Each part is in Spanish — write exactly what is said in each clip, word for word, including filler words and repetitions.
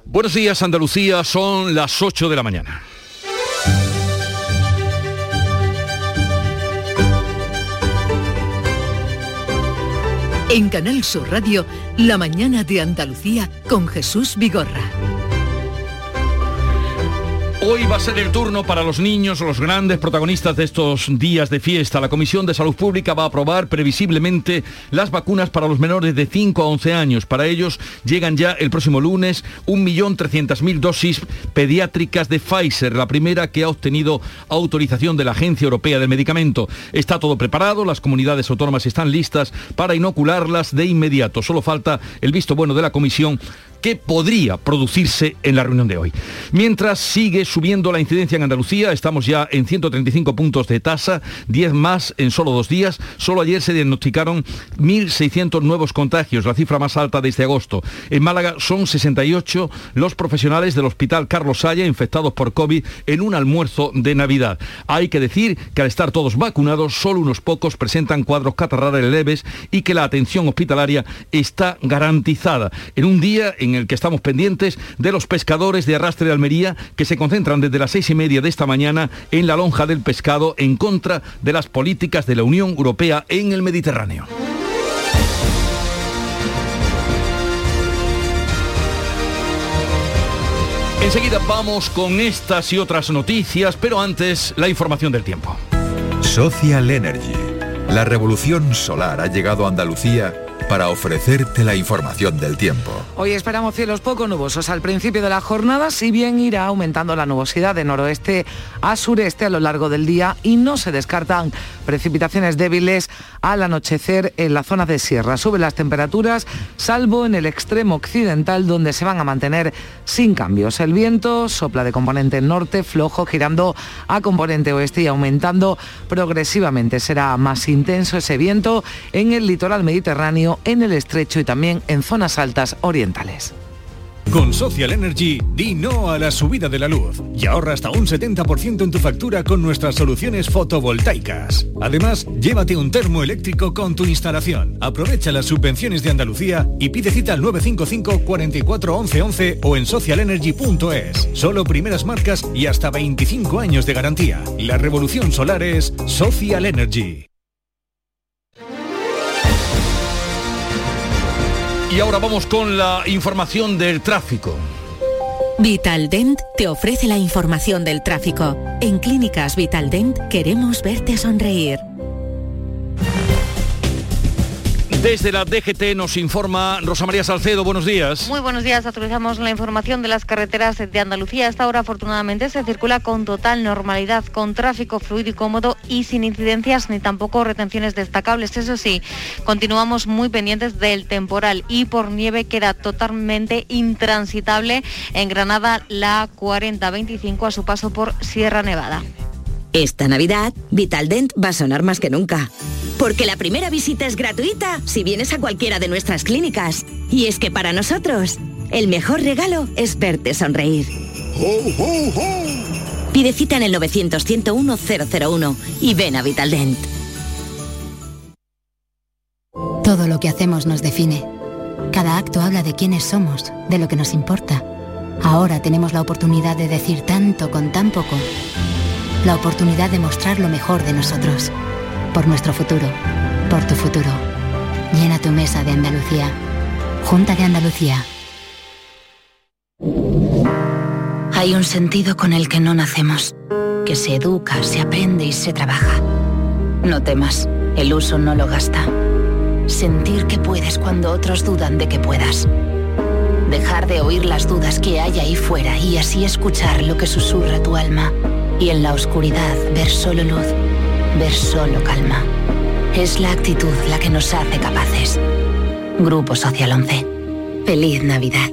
Buenos días, Andalucía, son las ocho de la mañana. En Canal Sur Radio, La mañana de Andalucía con Jesús Vigorra. Hoy va a ser el turno para los niños, los grandes protagonistas de estos días de fiesta. La Comisión de Salud Pública va a aprobar previsiblemente las vacunas para los menores de cinco a once años. Para ellos llegan ya el próximo lunes un millón trescientas mil dosis pediátricas de Pfizer, la primera que ha obtenido autorización de la Agencia Europea del Medicamento. Está todo preparado, las comunidades autónomas están listas para inocularlas de inmediato. Solo falta el visto bueno de la Comisión, que podría producirse en la reunión de hoy. Mientras sigue subiendo la incidencia en Andalucía, estamos ya en ciento treinta y cinco puntos de tasa, diez más en solo dos días. Solo ayer se diagnosticaron mil seiscientos nuevos contagios, la cifra más alta desde agosto. En Málaga son sesenta y ocho los profesionales del Hospital Carlos Saya infectados por COVID en un almuerzo de Navidad. Hay que decir que al estar todos vacunados, solo unos pocos presentan cuadros catarrales leves y que la atención hospitalaria está garantizada. En un día en el que estamos pendientes de los pescadores de arrastre de Almería, que se concentran desde las seis y media de esta mañana en la lonja del pescado en contra de las políticas de la Unión Europea en el Mediterráneo. Enseguida vamos con estas y otras noticias, pero antes la información del tiempo. Social Energy. La revolución solar ha llegado a Andalucía para ofrecerte la información del tiempo. Hoy esperamos cielos poco nubosos al principio de la jornada, si bien irá aumentando la nubosidad de noroeste a sureste a lo largo del día y no se descartan precipitaciones débiles al anochecer en la zona de sierra. Suben las temperaturas, salvo en el extremo occidental, donde se van a mantener sin cambios. El viento sopla de componente norte, flojo, girando a componente oeste y aumentando progresivamente. Será más intenso ese viento en el litoral mediterráneo, en el estrecho y también en zonas altas orientales. Con Social Energy, di no a la subida de la luz y ahorra hasta un setenta por ciento en tu factura con nuestras soluciones fotovoltaicas. Además, llévate un termo eléctrico con tu instalación. Aprovecha las subvenciones de Andalucía y pide cita al nueve cinco cinco, cuatro cuatro, once once o en social energy punto es. Solo primeras marcas y hasta veinticinco años de garantía. La revolución solar es Social Energy. Y ahora vamos con la información del tráfico. Vitaldent te ofrece la información del tráfico. En Clínicas Vitaldent queremos verte sonreír. Desde la D G T nos informa Rosa María Salcedo. Buenos días. Muy buenos días. Actualizamos la información de las carreteras de Andalucía. A esta hora, afortunadamente, se circula con total normalidad, con tráfico fluido y cómodo y sin incidencias ni tampoco retenciones destacables. Eso sí, continuamos muy pendientes del temporal y por nieve queda totalmente intransitable en Granada la cuarenta veinticinco a su paso por Sierra Nevada. Esta Navidad, Vitaldent va a sonar más que nunca. Porque la primera visita es gratuita si vienes a cualquiera de nuestras clínicas. Y es que para nosotros, el mejor regalo es verte sonreír. ¡Ho, ho, ho! Pide cita en el novecientos, ciento uno, cero cero uno y ven a Vitaldent. Todo lo que hacemos nos define. Cada acto habla de quiénes somos, de lo que nos importa. Ahora tenemos la oportunidad de decir tanto con tan poco. La oportunidad de mostrar lo mejor de nosotros. Por nuestro futuro, por tu futuro. Llena tu mesa de Andalucía. Junta de Andalucía. Hay un sentido con el que no nacemos, que se educa, se aprende y se trabaja. No temas, el uso no lo gasta. Sentir que puedes cuando otros dudan de que puedas. Dejar de oír las dudas que hay ahí fuera y así escuchar lo que susurra tu alma. Y en la oscuridad ver solo luz. Ver solo calma. Es la actitud la que nos hace capaces. Grupo Social once. Feliz Navidad.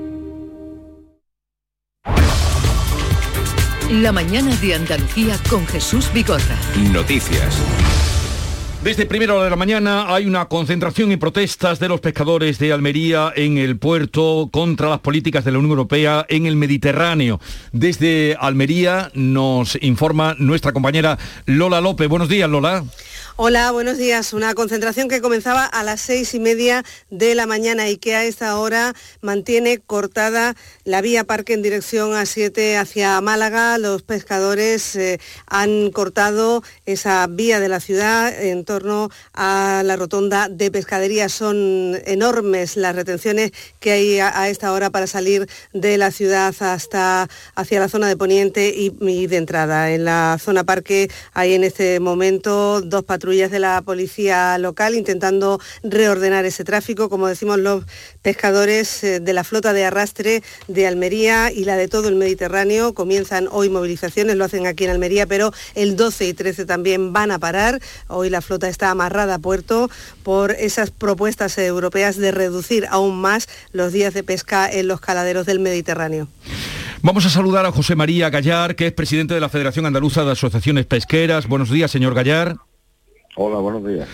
La mañana de Andalucía con Jesús Vigorra. Noticias. Desde primera hora de la mañana hay una concentración y protestas de los pescadores de Almería en el puerto contra las políticas de la Unión Europea en el Mediterráneo. Desde Almería nos informa nuestra compañera Lola López. Buenos días, Lola. Hola, buenos días. Una concentración que comenzaba a las seis y media de la mañana y que a esta hora mantiene cortada la vía Parque en dirección A siete hacia Málaga. Los pescadores eh, han cortado esa vía de la ciudad en torno a la rotonda de Pescadería. Son enormes las retenciones que hay a, a esta hora para salir de la ciudad hasta hacia la zona de Poniente y, y de entrada. En la zona Parque hay en este momento dos patrullas de la policía local intentando reordenar ese tráfico. Como decimos, los pescadores de la flota de arrastre de Almería y la de todo el Mediterráneo comienzan hoy movilizaciones, lo hacen aquí en Almería, pero el doce y trece también van a parar. Hoy la flota está amarrada a puerto por esas propuestas europeas de reducir aún más los días de pesca en los caladeros del Mediterráneo. Vamos a saludar a José María Gallar, que es presidente de la Federación Andaluza de Asociaciones Pesqueras. Buenos días, señor Gallar. Hola, buenos días.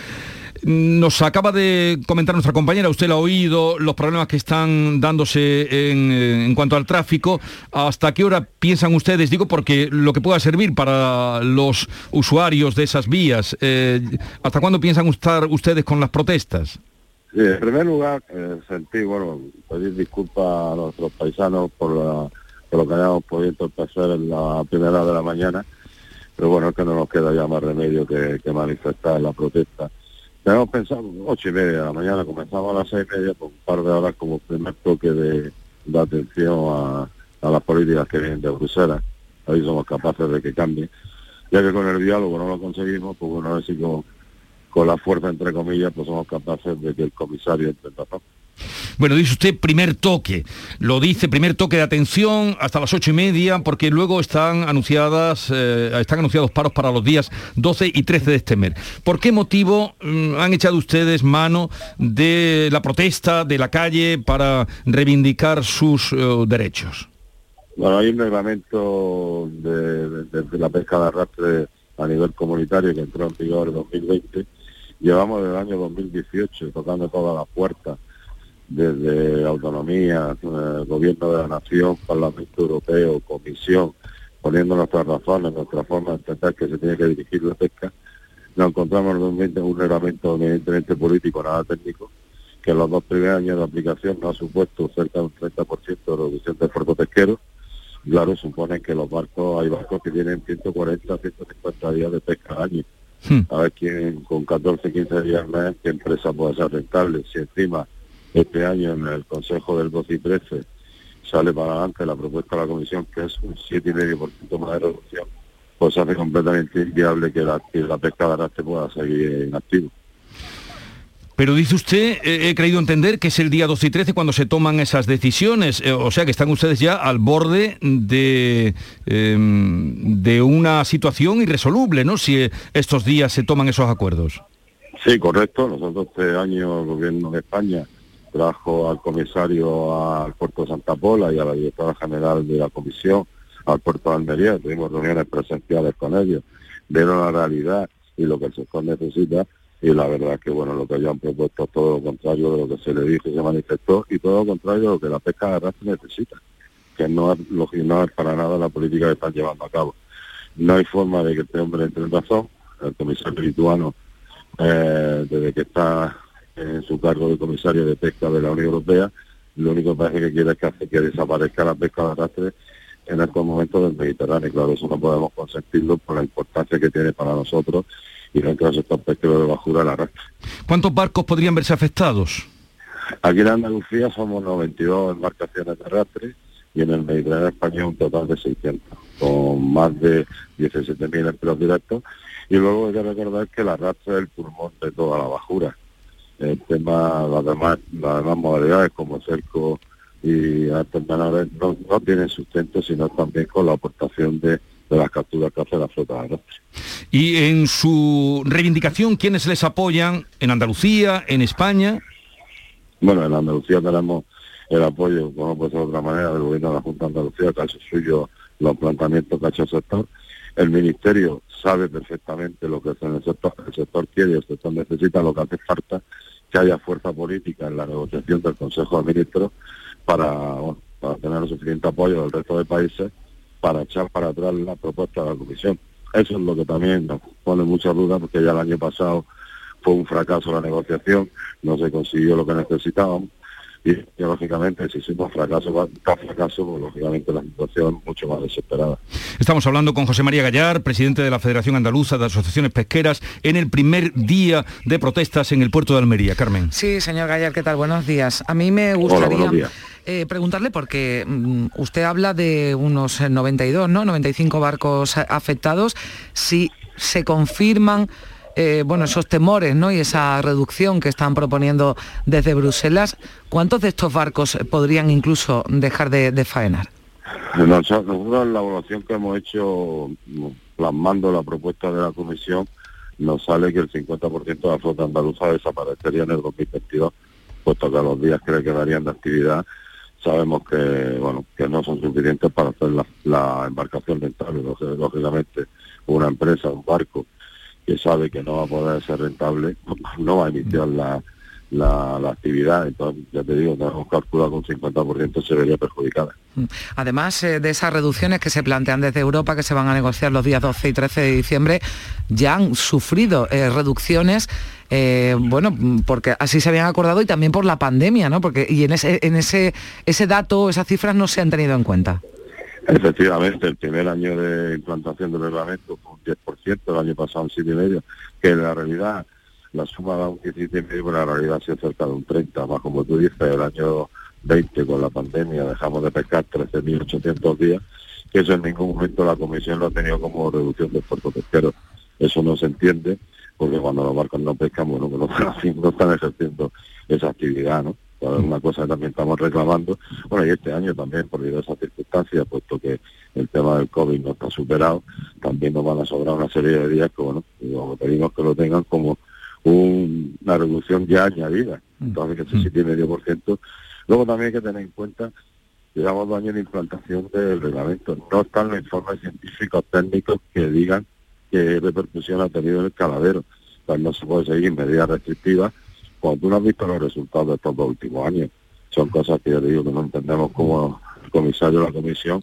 Nos acaba de comentar nuestra compañera, usted lo ha oído, los problemas que están dándose en, en cuanto al tráfico. ¿Hasta qué hora piensan ustedes? Digo, porque lo que pueda servir para los usuarios de esas vías, eh, ¿hasta cuándo piensan estar ustedes con las protestas? Sí, en primer lugar, eh, sentí, bueno, pedir disculpas a nuestros paisanos por, la, por lo que hayamos podido pasar en la primera hora de la mañana. Pero bueno, es que no nos queda ya más remedio que, que manifestar la protesta. Tenemos pensado ocho y media de la mañana, comenzamos a las seis y media, por un par de horas como primer toque de, de atención a, a las políticas que vienen de Bruselas. Ahí somos capaces de que cambie. Ya que con el diálogo no lo conseguimos, pues bueno, a ver si con, con la fuerza, entre comillas, pues somos capaces de que el comisario entre en razón. Bueno, dice usted primer toque, lo dice primer toque de atención hasta las ocho y media, porque luego están anunciadas, eh, están anunciados paros para los días doce y trece de este mes. ¿Por qué motivo mm, han echado ustedes mano de la protesta de la calle para reivindicar sus uh, derechos? Bueno, hay un reglamento de, de, de la pesca de arrastre a nivel comunitario que entró en vigor en dos mil veinte. Llevamos desde el año dos mil dieciocho tocando todas las puertas, desde autonomía, eh, gobierno de la nación, Parlamento Europeo, Comisión, poniendo nuestras razones, nuestra forma de entender que se tiene que dirigir la pesca. Nos encontramos realmente en un reglamento evidentemente político, nada técnico, que en los dos primeros años de aplicación nos ha supuesto cerca de un treinta por ciento de reducción del esfuerzo pesquero. Claro, supone que los barcos, hay barcos que tienen ciento cuarenta, ciento cincuenta días de pesca al año. Hmm. A ver quién con catorce, quince días más, qué empresa puede ser rentable. Si encima este año en el Consejo del doce y trece sale para adelante la propuesta de la Comisión, que es un siete coma cinco por ciento más de reducción, pues hace completamente inviable que la, que la pesca de arrastre pueda seguir en activo. Pero dice usted, eh, he creído entender que es el día doce y trece cuando se toman esas decisiones, eh, o sea que están ustedes ya al borde de, eh, de una situación irresoluble, ¿no?, si eh, estos días se toman esos acuerdos. Sí, correcto. Nosotros este año el Gobierno de España trajo al comisario al puerto de Santa Pola y a la directora general de la Comisión al puerto de Almería. Tuvimos reuniones presenciales con ellos, vieron la realidad y lo que el sector necesita, y la verdad es que bueno, lo que ellos han propuesto es todo lo contrario de lo que se le dijo y se manifestó, y todo lo contrario de lo que la pesca de arrastre necesita, que no es, no es para nada la política que están llevando a cabo. No hay forma de que este hombre entre en razón. El comisario lituano, eh, desde que está en su cargo de comisario de pesca de la Unión Europea, lo único que parece que quiere es que hace que desaparezca la pesca de arrastre en estos momentos del Mediterráneo. Claro, eso no podemos consentirlo por la importancia que tiene para nosotros y dentro del sector pesquero de bajura el arrastre. ¿Cuántos barcos podrían verse afectados? Aquí en Andalucía somos noventa y dos embarcaciones de arrastre y en el Mediterráneo español un total de seiscientos, con más de diecisiete mil empleos directos. Y luego hay que recordar que el arrastre es el pulmón de toda la bajura. El tema, las demás, las demás modalidades como cerco y artes menores no, no tienen sustento, sino también con la aportación de, de las capturas que hace la flota de arrastre. Y en su reivindicación, ¿quiénes les apoyan en Andalucía, en España? Bueno, en Andalucía tenemos el apoyo, como puede ser de otra manera, del gobierno de la Junta de Andalucía, que ha hecho suyo los planteamientos que ha hecho el sector. El Ministerio sabe perfectamente lo que el sector, el sector quiere y el sector necesita. Lo que hace falta que haya fuerza política en la negociación del Consejo de Ministros para, bueno, para tener el suficiente apoyo del resto de países para echar para atrás la propuesta de la Comisión. eso es lo que también nos pone mucha duda, porque ya el año pasado fue un fracaso la negociación, no se consiguió lo que necesitábamos, y, y lógicamente si hicimos fracaso, cada fracaso, pues lógicamente la situación es mucho más desesperada. Estamos hablando con José María Gallar, presidente de la Federación Andaluza de Asociaciones Pesqueras, en el primer día de protestas en el puerto de Almería. Carmen. Sí, señor Gallar, ¿qué tal? Buenos días. A mí me gustaría eh, preguntarle, porque mm, usted habla de unos noventa y dos, ¿no? noventa y cinco barcos afectados. Si se confirman Eh, bueno, esos temores, ¿no? Y esa reducción que están proponiendo desde Bruselas, ¿cuántos de estos barcos podrían incluso dejar de, de faenar? Nosotros, la evaluación que hemos hecho plasmando la propuesta de la Comisión, nos sale que el cincuenta por ciento de la flota andaluza desaparecería en el dos mil veintidós, puesto que los días que le quedarían de actividad sabemos que bueno que no son suficientes para hacer la, la embarcación rentable. Lógicamente, una empresa, un barco, que sabe que no va a poder ser rentable, no va a iniciar la, la, la actividad. Entonces, ya te digo, tenemos calculado que un cincuenta por ciento se vería perjudicada. Además eh, de esas reducciones que se plantean desde Europa, que se van a negociar los días doce y trece de diciembre, ya han sufrido eh, reducciones, eh, bueno, porque así se habían acordado y también por la pandemia, ¿no? Porque y en ese, en ese, ese dato, esas cifras no se han tenido en cuenta. Efectivamente, el primer año de implantación del reglamento fue un diez por ciento, el año pasado un siete coma cinco por ciento, que en la realidad la suma da un diecisiete coma cinco por ciento, pero en la realidad se cerca de un treinta por ciento, más como tú dices, el año veinte con la pandemia dejamos de pescar trece mil ochocientos días, que eso en ningún momento la Comisión lo ha tenido como reducción del puerto pesquero. Eso no se entiende, porque cuando los barcos no pescan, bueno, que no, no están ejerciendo esa actividad, ¿no? Es una cosa que también estamos reclamando. Bueno, y este año también, por diversas circunstancias, puesto que el tema del COVID no está superado, también nos van a sobrar una serie de días que, bueno, digo, pedimos que lo tengan como un, una reducción ya añadida. Entonces, que ese siete coma cinco por ciento. Luego también hay que tener en cuenta, llevamos dos años de implantación del reglamento. No están los informes científicos técnicos que digan qué repercusión ha tenido en el caladero. Entonces, no se puede seguir medidas restrictivas cuando tú no has visto los resultados de estos dos últimos años. Son cosas que yo digo que no entendemos como el comisario de la Comisión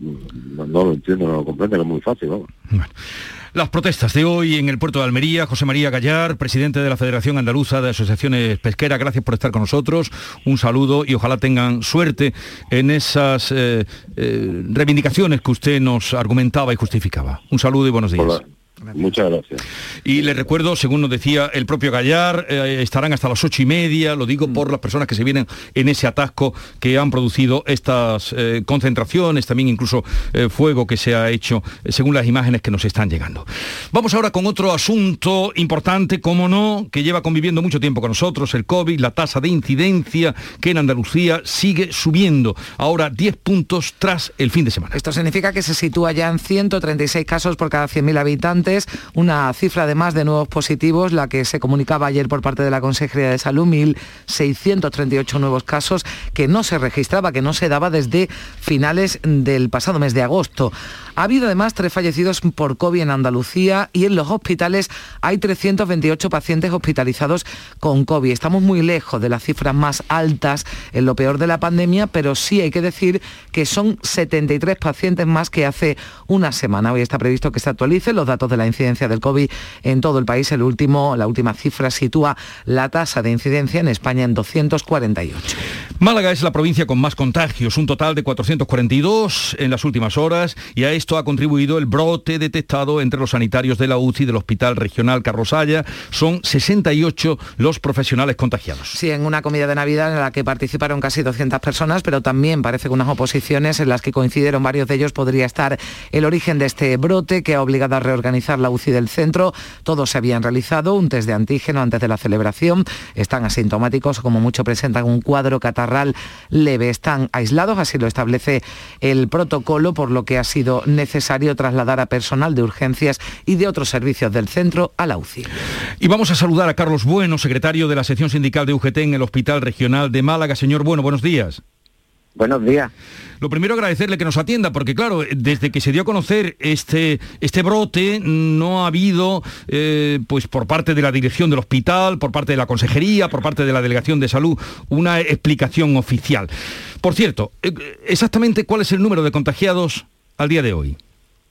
no, no lo entiende, no lo comprende, que es muy fácil, ¿no? Bueno. Las protestas de hoy en el puerto de Almería. José María Gallar, presidente de la Federación Andaluza de Asociaciones Pesqueras, gracias por estar con nosotros, un saludo y ojalá tengan suerte en esas eh, eh, reivindicaciones que usted nos argumentaba y justificaba. Un saludo y buenos días. Hola. Muchas gracias. Y les recuerdo, según nos decía el propio Gallar, eh, estarán hasta las ocho y media, lo digo por las personas que se vienen en ese atasco que han producido estas eh, concentraciones, también incluso eh, fuego que se ha hecho, eh, según las imágenes que nos están llegando. Vamos ahora con otro asunto importante, como no, que lleva conviviendo mucho tiempo con nosotros, el COVID, la tasa de incidencia que en Andalucía sigue subiendo, ahora diez puntos tras el fin de semana. Esto significa que se sitúa ya en ciento treinta y seis casos por cada cien mil habitantes, una cifra además de nuevos positivos, la que se comunicaba ayer por parte de la Consejería de Salud, mil seiscientos treinta y ocho nuevos casos que no se registraba, que no se daba desde finales del pasado mes de agosto. Ha habido además tres fallecidos por COVID en Andalucía y en los hospitales hay trescientos veintiocho pacientes hospitalizados con COVID. Estamos muy lejos de las cifras más altas en lo peor de la pandemia, pero sí hay que decir que son setenta y tres pacientes más que hace una semana. Hoy está previsto que se actualicen los datos de la incidencia del COVID en todo el país. El último, la última cifra sitúa la tasa de incidencia en España en doscientos cuarenta y ocho. Málaga es la provincia con más contagios, un total de cuatrocientos cuarenta y dos en las últimas horas, y a esto ha contribuido el brote detectado entre los sanitarios de la U C I del Hospital Regional Carrosalla. Son sesenta y ocho los profesionales contagiados. Sí, en una comida de Navidad en la que participaron casi doscientas personas, pero también parece que unas oposiciones en las que coincidieron varios de ellos podría estar el origen de este brote que ha obligado a reorganizar la U C I del centro. Todos se habían realizado un test de antígeno antes de la celebración, están asintomáticos, como mucho presentan un cuadro catarral leve, están aislados, así lo establece el protocolo, por lo que ha sido necesario trasladar a personal de urgencias y de otros servicios del centro a la U C I. Y vamos a saludar a Carlos Bueno, secretario de la sección sindical de U G T en el Hospital Regional de Málaga. Señor Bueno, buenos días. Buenos días. Lo primero, agradecerle que nos atienda, porque claro, desde que se dio a conocer este, este brote, no ha habido, eh, pues por parte de la dirección del hospital, por parte de la consejería, por parte de la Delegación de Salud, una explicación oficial. Por cierto, exactamente, ¿cuál es el número de contagiados al día de hoy?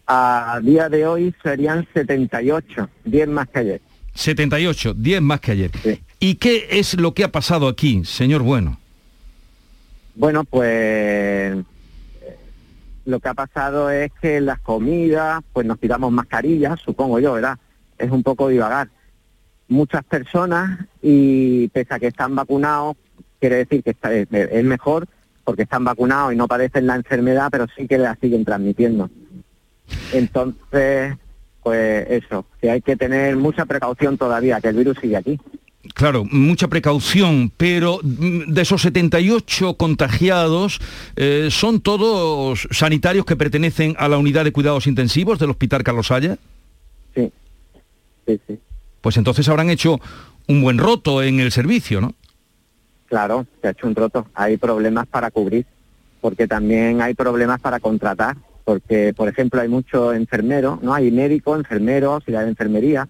A día de hoy serían setenta y ocho, diez más que ayer. setenta y ocho, diez más que ayer. Sí. ¿Y qué es lo que ha pasado aquí, señor Bueno? Bueno, pues lo que ha pasado es que en las comidas, pues nos tiramos mascarillas, supongo yo, ¿verdad? Es un poco divagar. Muchas personas, y pese a que están vacunados, quiere decir que está, es, es mejor porque están vacunados y no padecen la enfermedad, pero sí que la siguen transmitiendo. Entonces, pues eso, que hay que tener mucha precaución todavía, que el virus sigue aquí. Claro, mucha precaución, pero de esos setenta y ocho contagiados, eh, ¿son todos sanitarios que pertenecen a la unidad de cuidados intensivos del Hospital Carlos Haya? Sí, sí, sí. Pues entonces habrán hecho un buen roto en el servicio, ¿no? Claro, se ha hecho un roto. Hay problemas para cubrir, porque también hay problemas para contratar, porque, por ejemplo, hay muchos enfermeros, ¿no? Hay médicos, enfermeros, auxiliar de enfermería,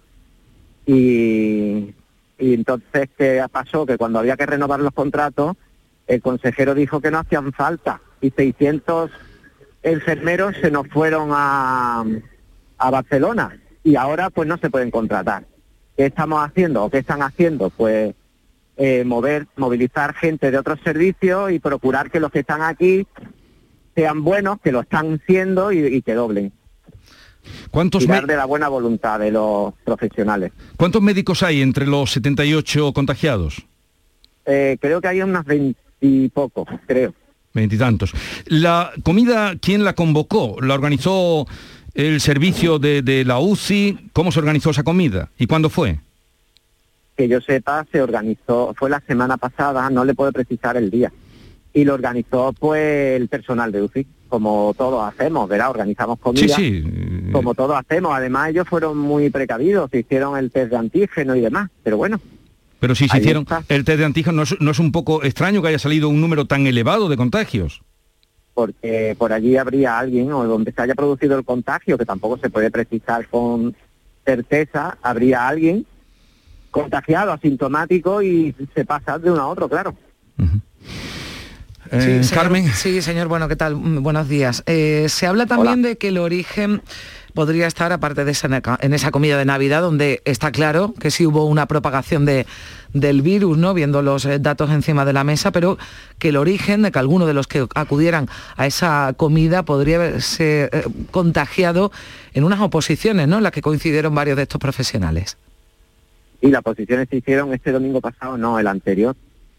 y... Y entonces, ¿qué pasó? Que cuando había que renovar los contratos, el consejero dijo que no hacían falta. Y seiscientos enfermeros se nos fueron a, a Barcelona. Y ahora, pues, no se pueden contratar. ¿Qué estamos haciendo? ¿O qué están haciendo? Pues, eh, mover, movilizar gente de otros servicios y procurar que los que están aquí sean buenos, que lo están siendo y, y que doblen. ¿Cuántos Tirar de la buena voluntad de los profesionales. ¿Cuántos médicos hay entre los setenta y ocho contagiados? Eh, creo que hay unos veintipocos, creo. Veintitantos. ¿La comida quién la convocó? ¿La organizó el servicio de, de la U C I? ¿Cómo se organizó esa comida? ¿Y cuándo fue? Que yo sepa, se organizó, fue la semana pasada, no le puedo precisar el día. Y lo organizó pues el personal de U C I, como todos hacemos, ¿verdad? Organizamos comida, sí, sí. Como todos hacemos. Además ellos fueron muy precavidos, se hicieron el test de antígeno y demás, pero bueno. Pero si se ahí hicieron está. El test de antígeno, ¿no es, ¿no es un poco extraño que haya salido un número tan elevado de contagios? Porque por allí habría alguien, o donde se haya producido el contagio, que tampoco se puede precisar con certeza, habría alguien contagiado, asintomático, y se pasa de uno a otro, claro. Uh-huh. Eh, sí, señor, Carmen. Sí, señor, bueno, ¿qué tal? Buenos días. Eh, se habla también Hola. de que el origen podría estar, aparte de esa, en esa comida de Navidad, donde está claro que sí hubo una propagación de, del virus, ¿no? Viendo los eh, datos encima de la mesa, pero que el origen de que alguno de los que acudieran a esa comida podría haberse eh, contagiado en unas oposiciones, ¿no? En las que coincidieron varios de estos profesionales. Y las posiciones se hicieron este domingo pasado, no, el anterior.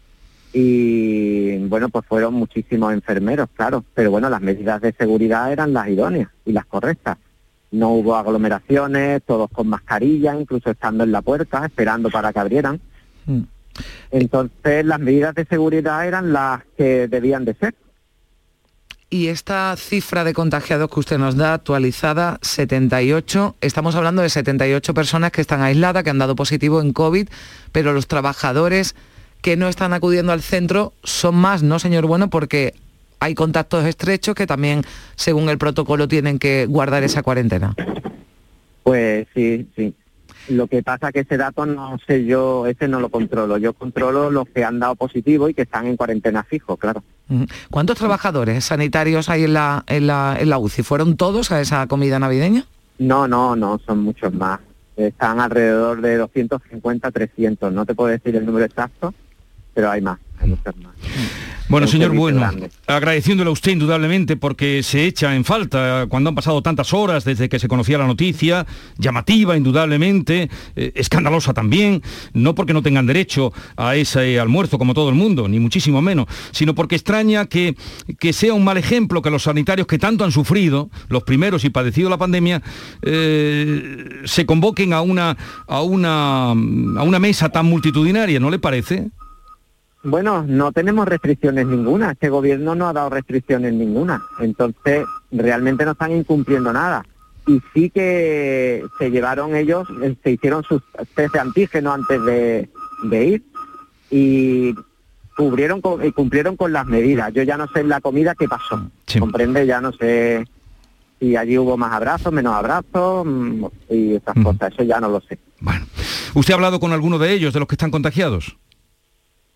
Y bueno, pues fueron muchísimos enfermeros, claro, pero bueno, las medidas de seguridad eran las idóneas y las correctas. No hubo aglomeraciones, todos con mascarilla, incluso estando en la puerta, esperando para que abrieran. Mm. Entonces las medidas de seguridad eran las que debían de ser. Y esta cifra de contagiados que usted nos da, actualizada, setenta y ocho, estamos hablando de setenta y ocho personas que están aisladas, que han dado positivo en COVID, pero los trabajadores que no están acudiendo al centro son más, ¿no, señor Bueno? Porque hay contactos estrechos que también, según el protocolo, tienen que guardar esa cuarentena. Pues sí, sí. Lo que pasa es que ese dato no sé yo, ese no lo controlo. Yo controlo los que han dado positivo y que están en cuarentena fijo, claro. ¿Cuántos trabajadores sanitarios hay en la, en la, en la U C I? ¿Fueron todos a esa comida navideña? No, no, no, son muchos más. Están alrededor de doscientos cincuenta, trescientos. No te puedo decir el número exacto, pero hay más, hay muchas más. Bueno, Un señor servicio Bueno, grande. agradeciéndole a usted indudablemente porque se echa en falta cuando han pasado tantas horas desde que se conocía la noticia, llamativa indudablemente, eh, escandalosa también, no porque no tengan derecho a ese almuerzo como todo el mundo, ni muchísimo menos, sino porque extraña que, que sea un mal ejemplo que los sanitarios que tanto han sufrido, los primeros y padecido la pandemia, eh, se convoquen a una, a, una, a una mesa tan multitudinaria, ¿no le parece? Bueno, no tenemos restricciones ninguna, este gobierno no ha dado restricciones ninguna, entonces realmente no están incumpliendo nada. Y sí que se llevaron ellos, se hicieron sus test de antígeno antes de, de ir y cubrieron con, y cumplieron con las medidas. Yo ya no sé en la comida qué pasó, sí. Comprende, ya no sé si allí hubo más abrazos, menos abrazos y esas uh-huh. cosas, eso ya no lo sé. Bueno, ¿usted ha hablado con alguno de ellos, de los que están contagiados?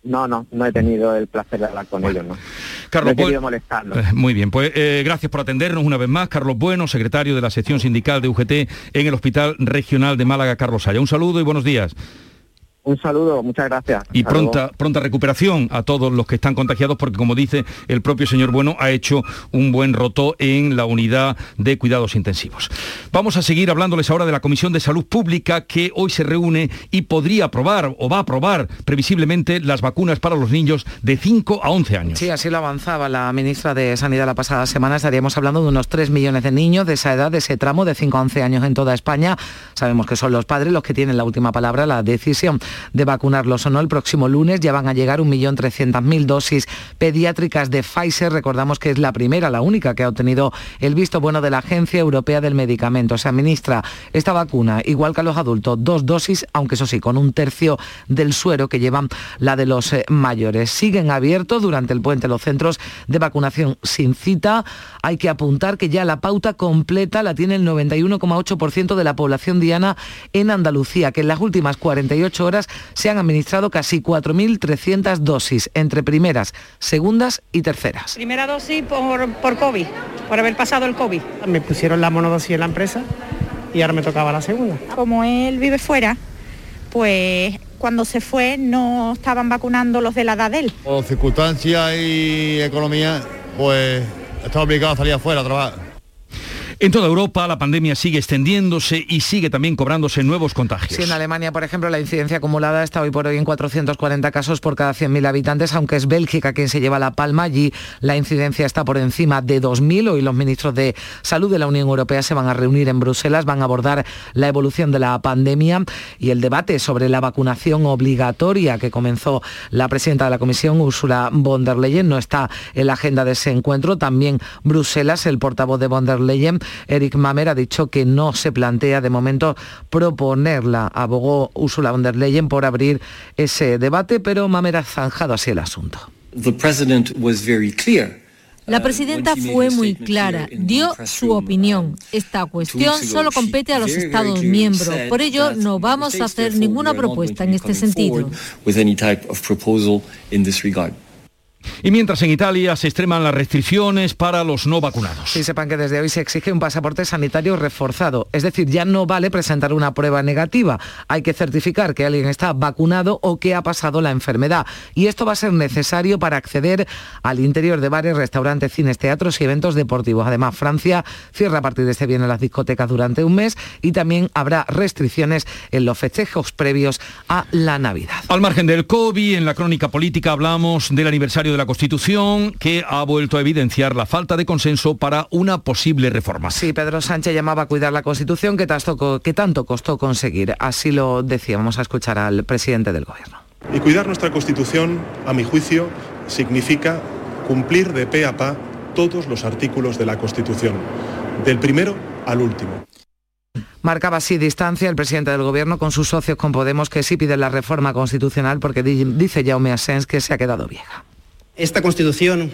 No, no, no he tenido el placer de hablar con ellos, ¿no? Carlos, no he querido molestarlos. Eh, muy bien, pues eh, gracias por atendernos una vez más. Carlos Bueno, secretario de la sección sindical de U G T en el Hospital Regional de Málaga, Carlos Haya. Un saludo y buenos días. Un saludo, muchas gracias. Y pronta, pronta recuperación a todos los que están contagiados, porque como dice el propio señor Bueno, ha hecho un buen roto en la unidad de cuidados intensivos. Vamos a seguir hablándoles ahora de la Comisión de Salud Pública, que hoy se reúne y podría aprobar o va a aprobar previsiblemente las vacunas para los niños de cinco a once años. Sí, así lo avanzaba la ministra de Sanidad la pasada semana. Estaríamos hablando de unos tres millones de niños de esa edad, de ese tramo, de cinco a once años en toda España. Sabemos que son los padres los que tienen la última palabra, la decisión de vacunarlos o no. El próximo lunes ya van a llegar un millón trescientas mil dosis pediátricas de Pfizer. Recordamos que es la primera, la única que ha obtenido el visto bueno de la Agencia Europea del Medicamento. Se administra esta vacuna, igual que a los adultos, dos dosis, aunque eso sí, con un tercio del suero que llevan la de los eh, mayores. Siguen abiertos durante el puente los centros de vacunación sin cita. Hay que apuntar que ya la pauta completa la tiene el noventa y uno coma ocho por ciento de la población diana en Andalucía, que en las últimas cuarenta y ocho horas se han administrado casi cuatro mil trescientas dosis, entre primeras, segundas y terceras. Primera dosis por, por COVID, por haber pasado el COVID. Me pusieron la monodosis en la empresa y ahora me tocaba la segunda. Como él vive fuera, pues cuando se fue no estaban vacunando los de la edad de él. Por circunstancias y economía, pues está obligado a salir afuera a trabajar. En toda Europa la pandemia sigue extendiéndose y sigue también cobrándose nuevos contagios. Sí, en Alemania, por ejemplo, la incidencia acumulada está hoy por hoy en cuatrocientos cuarenta casos por cada cien mil habitantes, aunque es Bélgica quien se lleva la palma. Allí la incidencia está por encima de dos mil. Hoy los ministros de Salud de la Unión Europea se van a reunir en Bruselas, van a abordar la evolución de la pandemia y el debate sobre la vacunación obligatoria que comenzó la presidenta de la Comisión, Ursula von der Leyen, no está en la agenda de ese encuentro. También Bruselas, el portavoz de von der Leyen, Eric Mamer, ha dicho que no se plantea de momento proponerla. Abogó Ursula von der Leyen por abrir ese debate, pero Mamer ha zanjado así el asunto. La presidenta fue muy clara, dio su opinión. Esta cuestión solo compete a los Estados miembros. Por ello, no vamos a hacer ninguna propuesta en este sentido. Y mientras en Italia se extreman las restricciones para los no vacunados. Sí, sepan que desde hoy se exige un pasaporte sanitario reforzado. Es decir, ya no vale presentar una prueba negativa. Hay que certificar que alguien está vacunado o que ha pasado la enfermedad. Y esto va a ser necesario para acceder al interior de bares, restaurantes, cines, teatros y eventos deportivos. Además, Francia cierra a partir de este viernes las discotecas durante un mes y también habrá restricciones en los festejos previos a la Navidad. Al margen del COVID, en la crónica política hablamos del aniversario de la Constitución, que ha vuelto a evidenciar la falta de consenso para una posible reforma. Sí, Pedro Sánchez llamaba a cuidar la Constitución que tanto, que tanto costó conseguir. Así lo decía. Vamos a escuchar al presidente del Gobierno. Y cuidar nuestra Constitución, a mi juicio, significa cumplir de pe a pa todos los artículos de la Constitución, del primero al último. Marcaba así distancia el presidente del Gobierno con sus socios, con Podemos, que sí piden la reforma constitucional porque dice Jaume Asens que se ha quedado vieja. Esta Constitución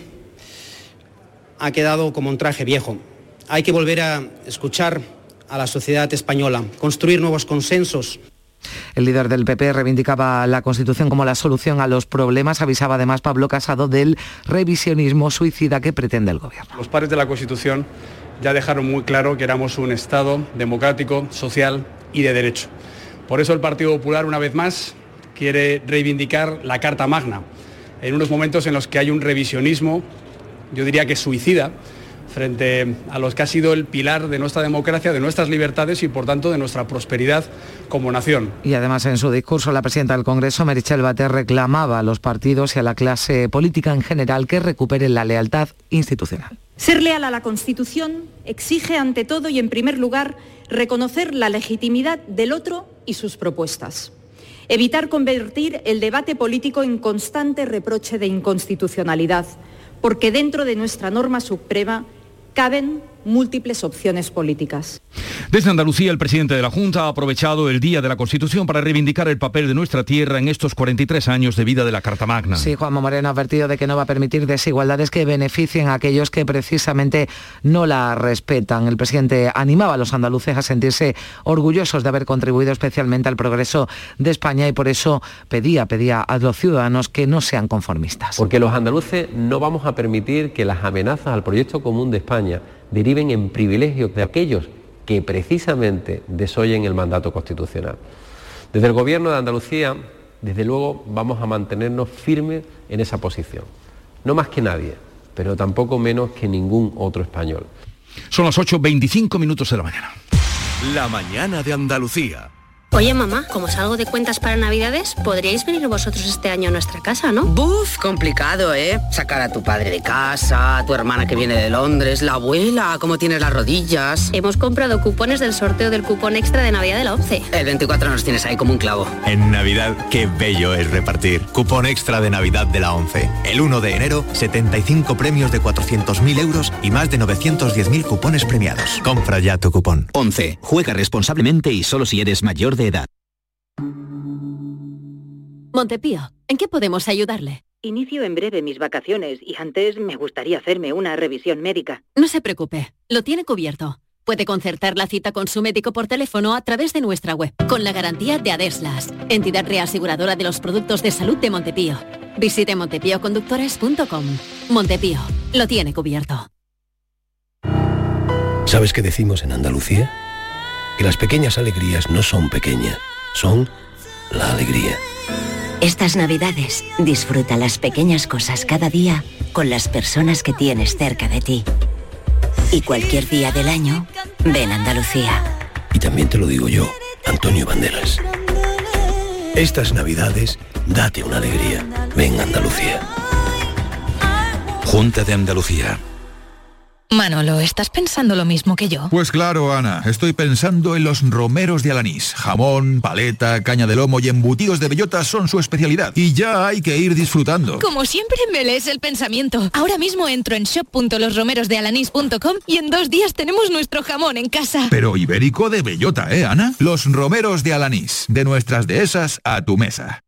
ha quedado como un traje viejo. Hay que volver a escuchar a la sociedad española, construir nuevos consensos. El líder del P P reivindicaba la Constitución como la solución a los problemas. Avisaba además Pablo Casado del revisionismo suicida que pretende el Gobierno. Los padres de la Constitución ya dejaron muy claro que éramos un Estado democrático, social y de derecho. Por eso el Partido Popular, una vez más, quiere reivindicar la Carta Magna, en unos momentos en los que hay un revisionismo, yo diría que suicida, frente a los que ha sido el pilar de nuestra democracia, de nuestras libertades y, por tanto, de nuestra prosperidad como nación. Y además, en su discurso, la presidenta del Congreso, Meritxell Batet, reclamaba a los partidos y a la clase política en general que recuperen la lealtad institucional. Ser leal a la Constitución exige, ante todo y en primer lugar, reconocer la legitimidad del otro y sus propuestas. Evitar convertir el debate político en constante reproche de inconstitucionalidad, porque dentro de nuestra norma suprema caben múltiples opciones políticas. Desde Andalucía, el presidente de la Junta ha aprovechado el Día de la Constitución para reivindicar el papel de nuestra tierra en estos cuarenta y tres años de vida de la Carta Magna. Sí, Juanma Moreno ha advertido de que no va a permitir desigualdades que beneficien a aquellos que precisamente no la respetan. El presidente animaba a los andaluces a sentirse orgullosos de haber contribuido especialmente al progreso de España y por eso pedía, pedía a los ciudadanos que no sean conformistas. Porque los andaluces no vamos a permitir que las amenazas al proyecto común de España deriven en privilegios de aquellos que precisamente desoyen el mandato constitucional. Desde el Gobierno de Andalucía, desde luego, vamos a mantenernos firmes en esa posición. No más que nadie, pero tampoco menos que ningún otro español. Son las ocho veinticinco minutos de la mañana. La mañana de Andalucía. Oye, mamá, como salgo de cuentas para Navidades, ¿podríais venir vosotros este año a nuestra casa, no? Buf, complicado, ¿eh? Sacar a tu padre de casa, a tu hermana que viene de Londres, la abuela, cómo tienes las rodillas. Hemos comprado cupones del sorteo del cupón extra de Navidad de la ONCE. El veinticuatro nos tienes ahí como un clavo. En Navidad, qué bello es repartir. Cupón extra de Navidad de la ONCE. El uno de enero, setenta y cinco premios de cuatrocientos mil euros y más de novecientos diez mil cupones premiados. Compra ya tu cupón. ONCE. Juega responsablemente y solo si eres mayor de edad. Montepío, ¿en qué podemos ayudarle? Inicio en breve mis vacaciones y antes me gustaría hacerme una revisión médica. No se preocupe, lo tiene cubierto. Puede concertar la cita con su médico por teléfono a través de nuestra web, con la garantía de Adeslas, entidad reaseguradora de los productos de salud de Montepío. Visite montepío conductores punto com. Montepío, lo tiene cubierto. ¿Sabes qué decimos en Andalucía? Que las pequeñas alegrías no son pequeñas, son la alegría. Estas Navidades, disfruta las pequeñas cosas cada día con las personas que tienes cerca de ti. Y cualquier día del año, ven a Andalucía. Y también te lo digo yo, Antonio Banderas. Estas Navidades, date una alegría. Ven a Andalucía. Junta de Andalucía. Manolo, ¿estás pensando lo mismo que yo? Pues claro, Ana, estoy pensando en los romeros de Alanís. Jamón, paleta, caña de lomo y embutidos de bellota son su especialidad. Y ya hay que ir disfrutando. Como siempre me lees el pensamiento. Ahora mismo entro en shop punto los romeros de alanís punto com y en dos días tenemos nuestro jamón en casa. Pero ibérico de bellota, ¿eh, Ana? Los romeros de Alanís, de nuestras dehesas a tu mesa.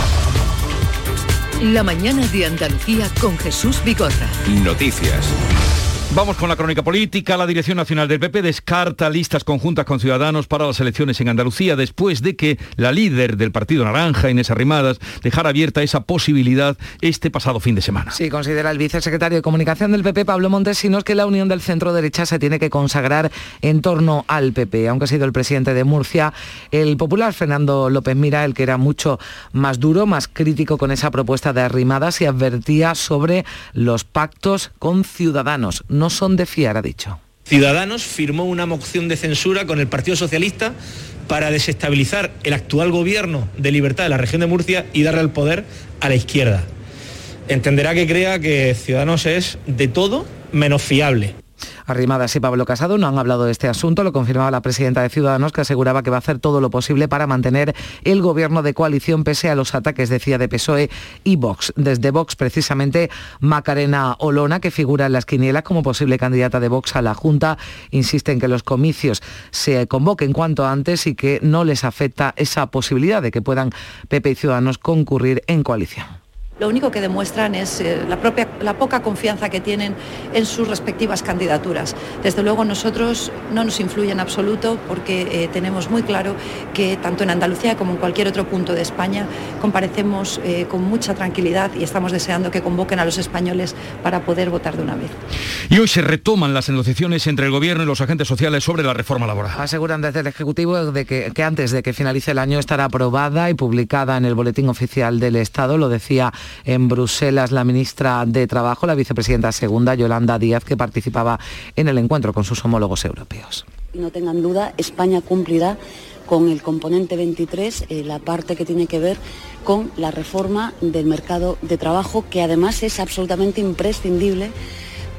La mañana de Andalucía con Jesús Vigorra. Noticias. Vamos con la crónica política. La Dirección Nacional del P P descarta listas conjuntas con Ciudadanos para las elecciones en Andalucía después de que la líder del Partido Naranja, Inés Arrimadas, dejara abierta esa posibilidad este pasado fin de semana. Sí, considera el vicesecretario de Comunicación del P P, Pablo Montesinos, que la unión del centro-derecha se tiene que consagrar en torno al P P. Aunque ha sido el presidente de Murcia, el popular Fernando López Mira, el que era mucho más duro, más crítico con esa propuesta de Arrimadas y advertía sobre los pactos con Ciudadanos. No son de fiar, ha dicho. Ciudadanos firmó una moción de censura con el Partido Socialista para desestabilizar el actual gobierno de Libertad de la región de Murcia y darle el poder a la izquierda. Entenderá que crea que Ciudadanos es de todo menos fiable. Arrimadas y Pablo Casado no han hablado de este asunto, lo confirmaba la presidenta de Ciudadanos, que aseguraba que va a hacer todo lo posible para mantener el gobierno de coalición pese a los ataques, decía, de P S O E y Vox. Desde Vox, precisamente, Macarena Olona, que figura en las quinielas como posible candidata de Vox a la Junta, insiste en que los comicios se convoquen cuanto antes y que no les afecta esa posibilidad de que puedan P P y Ciudadanos concurrir en coalición. Lo único que demuestran es eh, la, propia, la poca confianza que tienen en sus respectivas candidaturas. Desde luego nosotros no nos influye en absoluto porque eh, tenemos muy claro que tanto en Andalucía como en cualquier otro punto de España comparecemos eh, con mucha tranquilidad y estamos deseando que convoquen a los españoles para poder votar de una vez. Y hoy se retoman las negociaciones entre el Gobierno y los agentes sociales sobre la reforma laboral. Aseguran desde el Ejecutivo de que, que antes de que finalice el año estará aprobada y publicada en el Boletín Oficial del Estado, lo decía en Bruselas la ministra de Trabajo, la vicepresidenta segunda, Yolanda Díaz, que participaba en el encuentro con sus homólogos europeos. Y no tengan duda, España cumplirá con el componente veintitrés, eh, la parte que tiene que ver con la reforma del mercado de trabajo, que además es absolutamente imprescindible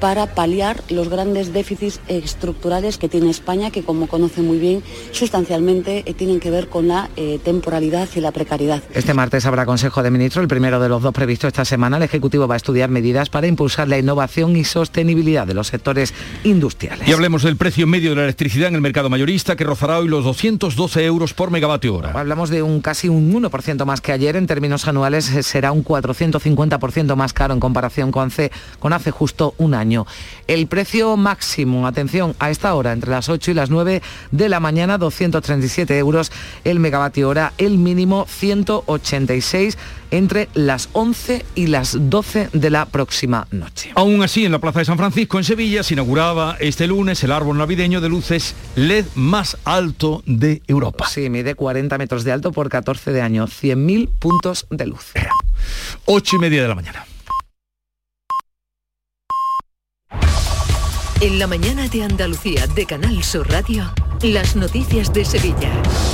para paliar los grandes déficits estructurales que tiene España, que como conoce muy bien, sustancialmente eh, tienen que ver con la eh, temporalidad y la precariedad. Este martes habrá Consejo de Ministros, el primero de los dos previsto esta semana. El Ejecutivo va a estudiar medidas para impulsar la innovación y sostenibilidad de los sectores industriales. Y hablemos del precio medio de la electricidad en el mercado mayorista, que rozará hoy los doscientos doce euros por megavatio hora. Hablamos de un casi un uno por ciento más que ayer. En términos anuales será un cuatrocientos cincuenta por ciento más caro en comparación con hace, con hace justo un año. El precio máximo, atención, a esta hora, entre las ocho y las nueve de la mañana, doscientos treinta y siete euros el megavatio hora, el mínimo ciento ochenta y seis entre las once y las doce de la próxima noche. Aún así, en la Plaza de San Francisco, en Sevilla, se inauguraba este lunes el árbol navideño de luces L E D más alto de Europa. Sí, mide cuarenta metros de alto por catorce de año, cien mil puntos de luz. Ocho y media de la mañana. En la mañana de Andalucía de Canal Sur Radio, las noticias de Sevilla.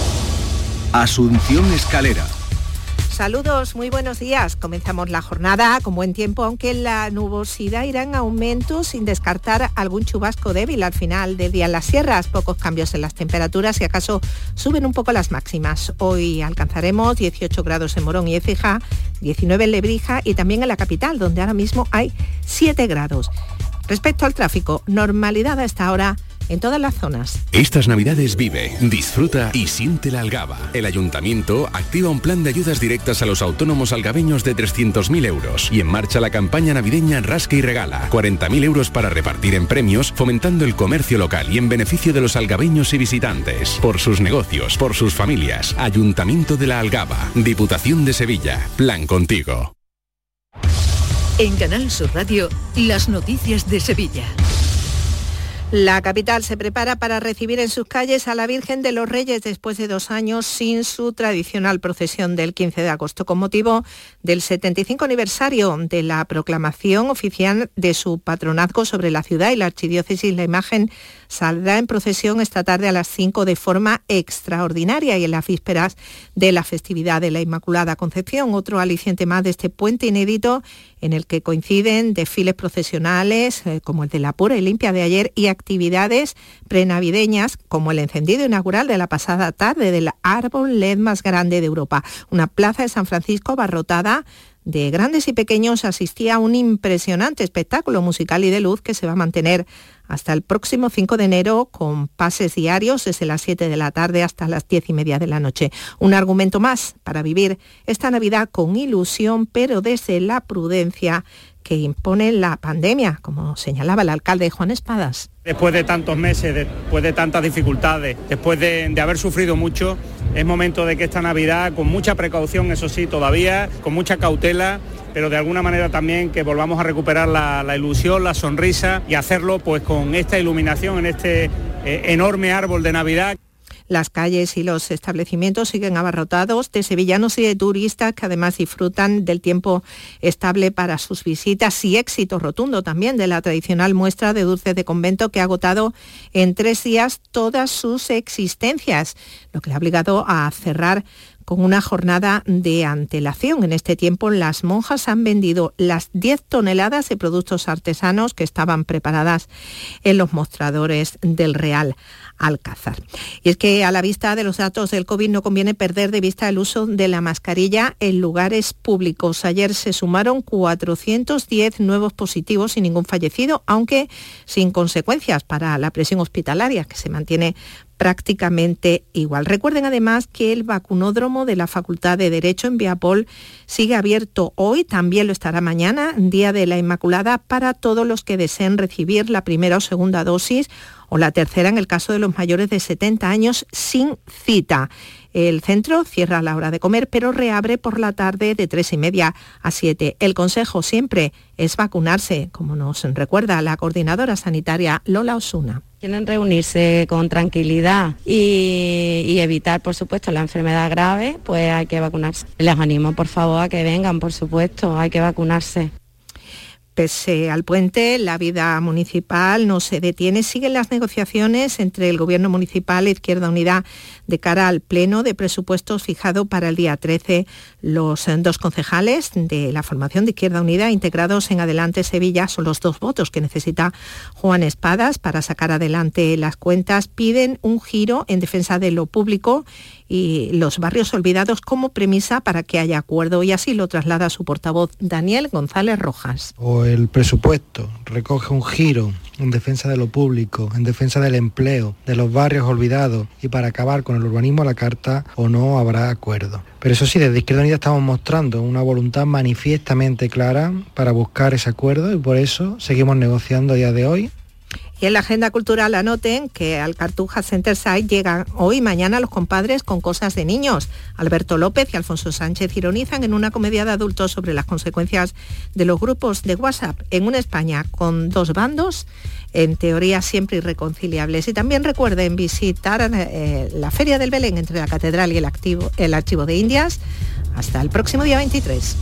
Asunción Escalera. Saludos, muy buenos días. Comenzamos la jornada con buen tiempo, aunque la nubosidad irá en aumento sin descartar algún chubasco débil al final del día en las sierras. Pocos cambios en las temperaturas y acaso suben un poco las máximas. Hoy alcanzaremos dieciocho grados en Morón y Écija, diecinueve en Lebrija y también en la capital, donde ahora mismo hay siete grados. Respecto al tráfico, normalidad a esta hora en todas las zonas. Estas Navidades vive, disfruta y siente la Algaba. El Ayuntamiento activa un plan de ayudas directas a los autónomos algabeños de trescientos mil euros y en marcha la campaña navideña Rasca y Regala. cuarenta mil euros para repartir en premios, fomentando el comercio local y en beneficio de los algabeños y visitantes. Por sus negocios, por sus familias. Ayuntamiento de la Algaba. Diputación de Sevilla. Plan contigo. En Canal Sur Radio, las noticias de Sevilla. La capital se prepara para recibir en sus calles a la Virgen de los Reyes después de dos años sin su tradicional procesión del quince de agosto, con motivo del setenta y cinco aniversario de la proclamación oficial de su patronazgo sobre la ciudad y la archidiócesis. La imagen saldrá en procesión esta tarde a las cinco de forma extraordinaria y en las vísperas de la festividad de la Inmaculada Concepción, otro aliciente más de este puente inédito en el que coinciden desfiles procesionales eh, como el de la Pura y Limpia de ayer y actividades prenavideñas como el encendido inaugural de la pasada tarde del árbol L E D más grande de Europa. Una plaza de San Francisco abarrotada de grandes y pequeños asistía a un impresionante espectáculo musical y de luz que se va a mantener hasta el próximo cinco de enero con pases diarios desde las siete de la tarde hasta las diez y media de la noche. Un argumento más para vivir esta Navidad con ilusión, pero desde la prudencia que impone la pandemia, como señalaba el alcalde Juan Espadas. Después de tantos meses, después de tantas dificultades, después de, de haber sufrido mucho, es momento de que esta Navidad, con mucha precaución, eso sí, todavía, con mucha cautela, pero de alguna manera también que volvamos a recuperar la, la ilusión, la sonrisa y hacerlo pues con esta iluminación en este eh, enorme árbol de Navidad. Las calles y los establecimientos siguen abarrotados de sevillanos y de turistas que además disfrutan del tiempo estable para sus visitas y éxito rotundo también de la tradicional muestra de dulces de convento que ha agotado en tres días todas sus existencias, lo que le ha obligado a cerrar con una jornada de antelación. En este tiempo las monjas han vendido las diez toneladas de productos artesanos que estaban preparadas en los mostradores del Real Alcázar. Y es que a la vista de los datos del COVID no conviene perder de vista el uso de la mascarilla en lugares públicos. Ayer se sumaron cuatrocientos diez nuevos positivos sin ningún fallecido, aunque sin consecuencias para la presión hospitalaria, que se mantiene prácticamente igual. Recuerden además que el vacunódromo de la Facultad de Derecho en Viapol sigue abierto hoy, también lo estará mañana, Día de la Inmaculada, para todos los que deseen recibir la primera o segunda dosis o la tercera en el caso de los mayores de setenta años sin cita. El centro cierra a la hora de comer, pero reabre por la tarde de tres y media a siete. El consejo siempre es vacunarse, como nos recuerda la coordinadora sanitaria Lola Osuna. Quieren reunirse con tranquilidad y, y evitar, por supuesto, la enfermedad grave, pues hay que vacunarse. Les animo, por favor, a que vengan, por supuesto, hay que vacunarse. Pese al puente, la vida municipal no se detiene. Siguen las negociaciones entre el Gobierno municipal e Izquierda Unida de cara al pleno de presupuestos fijado para el día trece. Los dos concejales de la formación de Izquierda Unida, integrados en Adelante Sevilla, son los dos votos que necesita Juan Espadas para sacar adelante las cuentas. Piden un giro en defensa de lo público y los barrios olvidados como premisa para que haya acuerdo, y así lo traslada su portavoz Daniel González Rojas. O el presupuesto recoge un giro en defensa de lo público, en defensa del empleo, de los barrios olvidados y para acabar con el urbanismo a la carta, o no habrá acuerdo. Pero eso sí, desde Izquierda Unida estamos mostrando una voluntad manifiestamente clara para buscar ese acuerdo y por eso seguimos negociando a día de hoy. Y en la agenda cultural anoten que al Cartuja Center Site llegan hoy y mañana los compadres con cosas de niños. Alberto López y Alfonso Sánchez ironizan en una comedia de adultos sobre las consecuencias de los grupos de WhatsApp en una España con dos bandos, en teoría siempre irreconciliables. Y también recuerden visitar eh, la Feria del Belén entre la Catedral y el, activo, el Archivo de Indias hasta el próximo día veintitrés.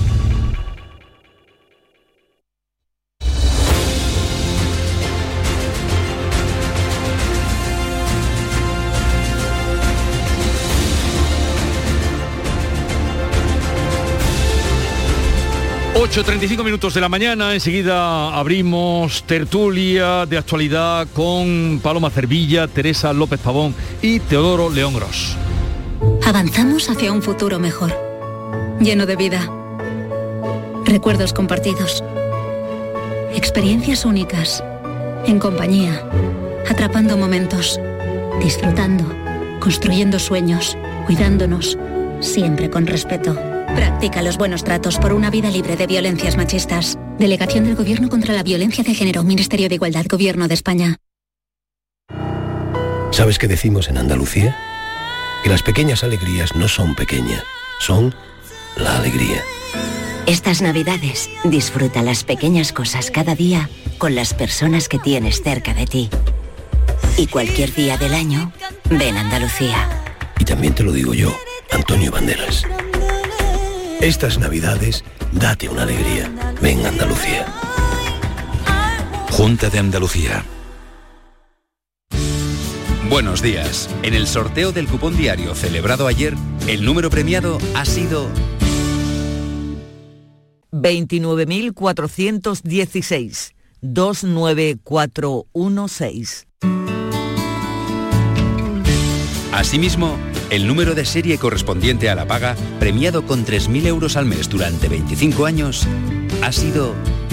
ocho y treinta y cinco minutos de la mañana, enseguida abrimos tertulia de actualidad con Paloma Cervilla, Teresa López Pavón y Teodoro León Gros. Avanzamos hacia un futuro mejor, lleno de vida, recuerdos compartidos, experiencias únicas, en compañía, atrapando momentos, disfrutando, construyendo sueños, cuidándonos, siempre con respeto. Practica los buenos tratos por una vida libre de violencias machistas. Delegación del Gobierno contra la Violencia de Género, Ministerio de Igualdad, Gobierno de España. ¿Sabes qué decimos en Andalucía? Que las pequeñas alegrías no son pequeñas, son la alegría. Estas Navidades, disfruta las pequeñas cosas cada día con las personas que tienes cerca de ti. Y cualquier día del año, ven a Andalucía. Y también te lo digo yo, Antonio Banderas. Estas Navidades, date una alegría. Ven a Andalucía. Junta de Andalucía. Buenos días. En el sorteo del cupón diario celebrado ayer, el número premiado ha sido veintinueve mil cuatrocientos dieciséis, dos nueve cuatro uno seis. Asimismo, el número de serie correspondiente a la paga, premiado con tres mil euros al mes durante veinticinco años, ha sido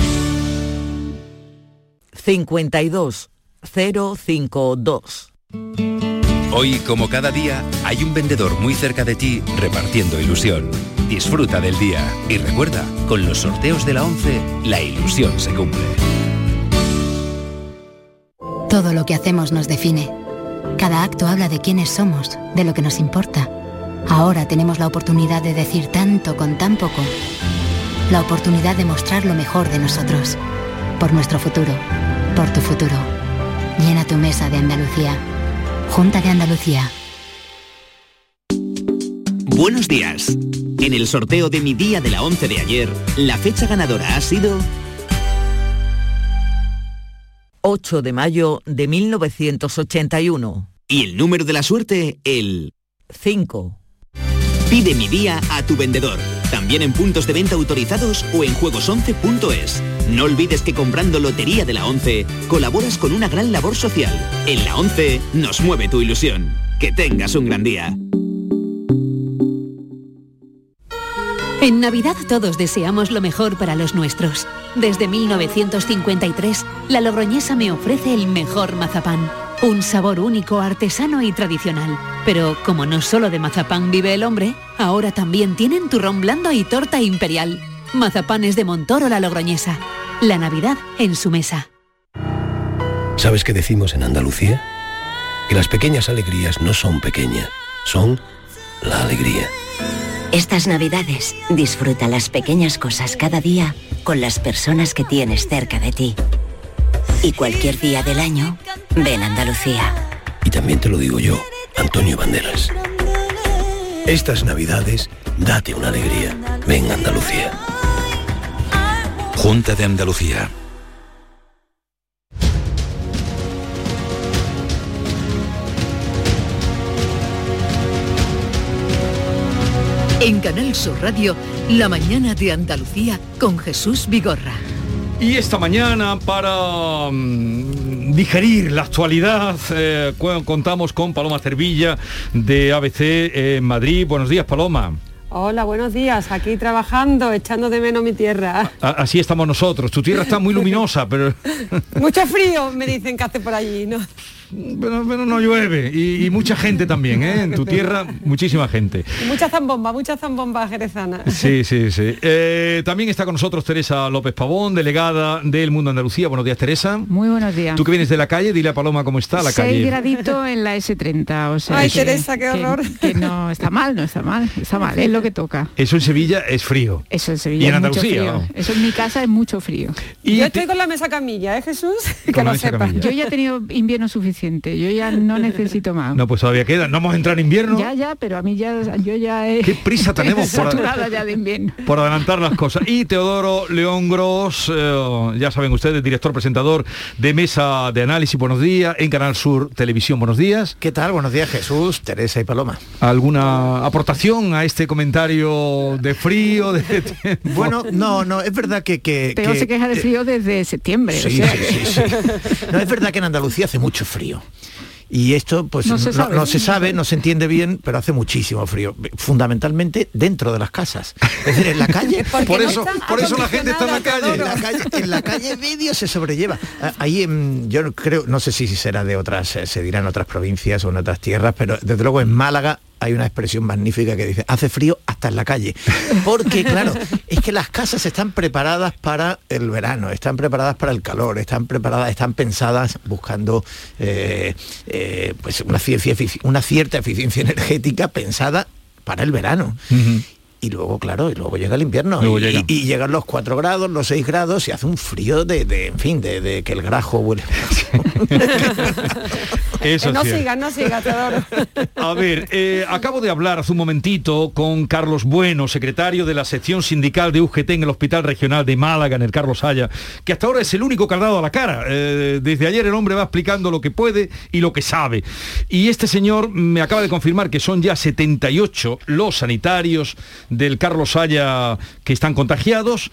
cincuenta y dos mil cincuenta y dos. Hoy, como cada día, hay un vendedor muy cerca de ti repartiendo ilusión. Disfruta del día y recuerda, con los sorteos de la ONCE, la ilusión se cumple. Todo lo que hacemos nos define. Cada acto habla de quiénes somos, de lo que nos importa. Ahora tenemos la oportunidad de decir tanto con tan poco. La oportunidad de mostrar lo mejor de nosotros. Por nuestro futuro. Por tu futuro. Llena tu mesa de Andalucía. Junta de Andalucía. Buenos días. En el sorteo de mi día de la ONCE de ayer, la fecha ganadora ha sido ocho de mayo de mil novecientos ochenta y uno. Y el número de la suerte, el cinco. Pide mi día a tu vendedor, también en puntos de venta autorizados o en juegos once punto es. No olvides que comprando Lotería de la ONCE, colaboras con una gran labor social. En la ONCE nos mueve tu ilusión. Que tengas un gran día. En Navidad todos deseamos lo mejor para los nuestros. Desde mil novecientos cincuenta y tres, la Logroñesa me ofrece el mejor mazapán. Un sabor único, artesano y tradicional. Pero como no solo de mazapán vive el hombre, ahora también tienen turrón blando y torta imperial. Mazapanes de Montoro la Logroñesa. La Navidad en su mesa. ¿Sabes qué decimos en Andalucía? Que las pequeñas alegrías no son pequeñas, son la alegría. Estas Navidades, disfruta las pequeñas cosas cada día con las personas que tienes cerca de ti. Y cualquier día del año, ven a Andalucía. Y también te lo digo yo, Antonio Banderas. Estas Navidades, date una alegría. Ven a Andalucía. Junta de Andalucía. En Canal Sur Radio, La mañana de Andalucía con Jesús Vigorra. Y esta mañana, para um, digerir la actualidad, eh, contamos con Paloma Cervilla de A B C en Madrid. Buenos días, Paloma. Hola, buenos días. Aquí trabajando, echando de menos mi tierra. A- así estamos nosotros. Tu tierra está muy luminosa, pero... Mucho frío, me dicen que hace por allí, ¿no? Pero, pero no llueve. Y, y mucha gente también, ¿eh? En tu tierra, muchísima gente. Y mucha zambomba, mucha zambomba jerezana. Sí, sí, sí. Eh, también está con nosotros Teresa López Pavón, delegada del Mundo Andalucía. Buenos días, Teresa. Muy buenos días. Tú que vienes de la calle, dile a Paloma cómo está la Seis calle. graditos en la ese treinta, o sea... Ay, que- Teresa, qué horror. Que, que no, está mal, no está mal, está mal, es lo que toca. Eso en Sevilla es frío. Eso en Sevilla Y en es mucho Andalucía, frío. vamos. Eso en mi casa es mucho frío. Y Yo te- estoy con la mesa camilla, ¿eh, Jesús? Que Con la lo mesa sepas. camilla. Yo ya he tenido invierno suficiente, yo ya no necesito más. No, pues todavía queda. No vamos a entrar en invierno. Ya, ya, pero a mí ya, yo ya he... Qué prisa tenemos por- saturada ya de invierno. Por adelantar las cosas. Y Teodoro León Gros, eh, ya saben ustedes, director presentador de Mesa de Análisis. Buenos días. En Canal Sur Televisión. Buenos días. ¿Qué tal? Buenos días, Jesús, Teresa y Paloma. ¿Alguna aportación a este comentario de frío? De tiempo? Bueno, no, no, es verdad que... que Teo que- se queja de frío desde septiembre. Sí, o sea sí, que- sí, sí. No, es verdad que en Andalucía hace mucho frío. Y esto pues No no se no- sabe. no se sabe, no se entiende bien, pero hace muchísimo frío, fundamentalmente dentro de las casas. Es decir, en la calle. Porque por no eso, están por eso la gente está en la calle. En acondicionadas, la calle, en la calle medio se sobrelleva. Ah, Ahí en- yo no creo, no sé si será de otras, eh, se dirá en otras provincias o en otras tierras, pero desde luego en Málaga hay una expresión magnífica que dice, hace frío hasta en la calle. Porque, claro, es que las casas están preparadas para el verano, están preparadas para el calor, están preparadas, están pensadas buscando eh, eh, pues una, ciencia, efici- una cierta eficiencia energética pensada para el verano. Y luego, claro, y luego llega el invierno. Luego y, llega. y- y llegan los cuatro grados, los seis grados, y hace un frío de, de en fin, de, de que el grajo huele. Eso Eh, no es cierto. sigas, no sigas, Teodoro. A ver, eh, acabo de hablar hace un momentito con Carlos Bueno, secretario de la sección sindical de U G T en el Hospital Regional de Málaga, en el Carlos Haya, que hasta ahora es el único que ha dado a la cara. Eh, desde ayer el hombre va explicando lo que puede y lo que sabe. Y este señor me acaba de confirmar que son ya setenta y ocho los sanitarios del Carlos Haya que están contagiados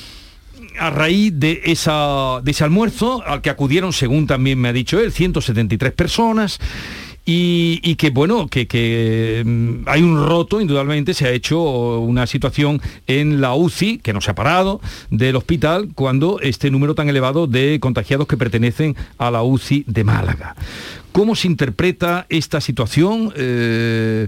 a raíz de, esa, de ese almuerzo al que acudieron, según también me ha dicho él, ciento setenta y tres personas. Y, y que bueno, que, que mm, hay un roto, indudablemente se ha hecho una situación en la U C I, que no se ha parado, del hospital, cuando este número tan elevado de contagiados que pertenecen a la U C I de Málaga. ¿Cómo se interpreta esta situación? Eh,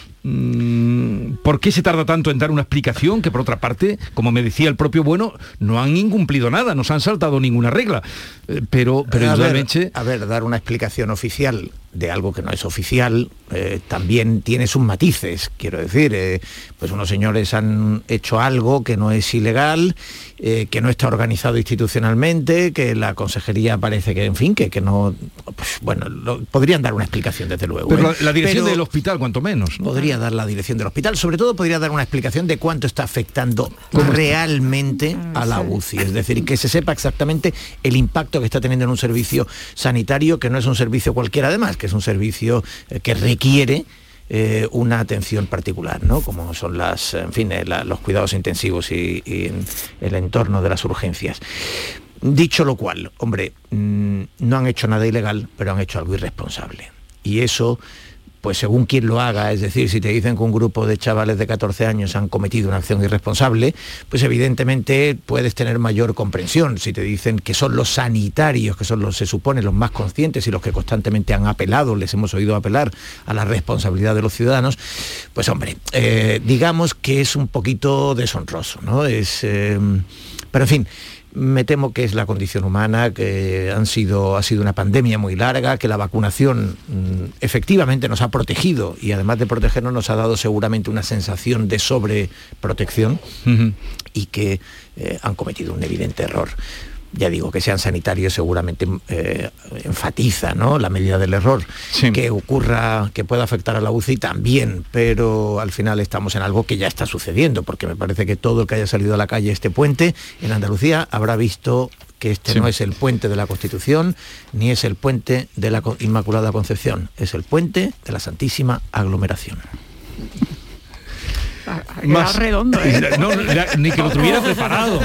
¿Por qué se tarda tanto en dar una explicación? Que por otra parte, como me decía el propio Bueno, no han incumplido nada, no se han saltado ninguna regla. Eh, Pero, pero a, ver, indudablemente... a ver, dar una explicación oficial de algo que no es oficial eh, también tiene sus matices. Quiero decir, eh, pues unos señores han hecho algo que no es ilegal, eh, que no está organizado institucionalmente, que la consejería parece que, en fin, que, que no... Pues, bueno, lo- podrían dar una explicación, desde luego. Pero ¿eh? la, la dirección Pero del hospital, cuanto menos, ¿no? podría dar la dirección del hospital, sobre todo podría dar una explicación de cuánto está afectando realmente a la U C I, es decir, que se sepa exactamente el impacto que está teniendo en un servicio sanitario, que no es un servicio cualquiera además, que es un servicio eh, que requiere eh, una atención particular, ¿no? Como son las, en fin, eh, la- los cuidados intensivos y, y en el entorno de las urgencias. Dicho lo cual, hombre, mmm, no han hecho nada ilegal, pero han hecho algo irresponsable. Y eso, pues según quien lo haga, es decir, si te dicen que un grupo de chavales de catorce años han cometido una acción irresponsable, pues evidentemente puedes tener mayor comprensión. Si te dicen que son los sanitarios, que son los, se supone, los más conscientes y los que constantemente han apelado, les hemos oído apelar a la responsabilidad de los ciudadanos, pues hombre, eh, digamos que es un poquito deshonroso, ¿no? Es, eh, pero en fin, me temo que es la condición humana, que han sido, ha sido una pandemia muy larga, que la vacunación mmm, efectivamente nos ha protegido y además de protegernos nos ha dado seguramente una sensación de sobreprotección. Uh-huh. Y que eh, han cometido un evidente error. ya digo, que sean sanitarios seguramente eh, enfatiza, ¿no?, la medida del error. Sí. Que ocurra, que pueda afectar a la U C I también, pero al final estamos en algo que ya está sucediendo, porque me parece que todo el que haya salido a la calle este puente en Andalucía habrá visto que este sí. no es el puente de la Constitución, ni es el puente de la Inmaculada Concepción, es el puente de la Santísima Aglomeración. Más redondo, ¿eh? No, ni que lo tuviera preparado.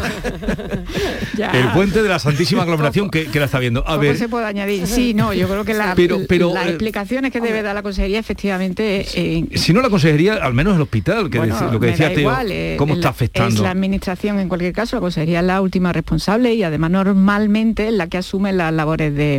El puente de la Santísima Aglomeración que, que la está viendo. A ver, se puede añadir. Sí, no, yo creo que la, pero, pero, las explicaciones que debe dar la consejería, efectivamente. Eh, si no la consejería, al menos el hospital, que bueno, de, lo que decía Teo, igual, eh, cómo está afectando. Es la administración, en cualquier caso, la consejería es la última responsable y además normalmente es la que asume las labores de,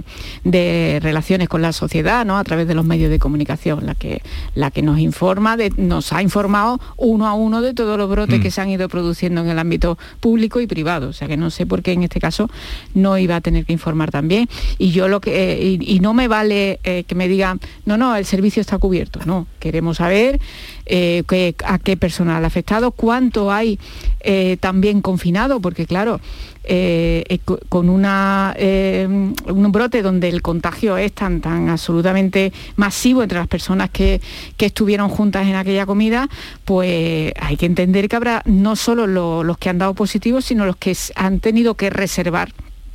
de relaciones con la sociedad, ¿no?, a través de los medios de comunicación, la que la que nos informa, de, nos ha informado uno a uno de todos los brotes mm. que se han ido produciendo en el ámbito público y privado, o sea que no sé por qué en este caso no iba a tener que informar también. Y yo lo que eh, y, y no me vale eh, que me digan no, no, el servicio está cubierto, no, queremos saber eh, que, a qué personal ha afectado, cuánto hay eh, también confinado, porque claro, Eh, eh, con una, eh, un brote donde el contagio es tan, tan absolutamente masivo entre las personas que, que estuvieron juntas en aquella comida, pues hay que entender que habrá no solo lo, los que han dado positivos, sino los que han tenido que reservar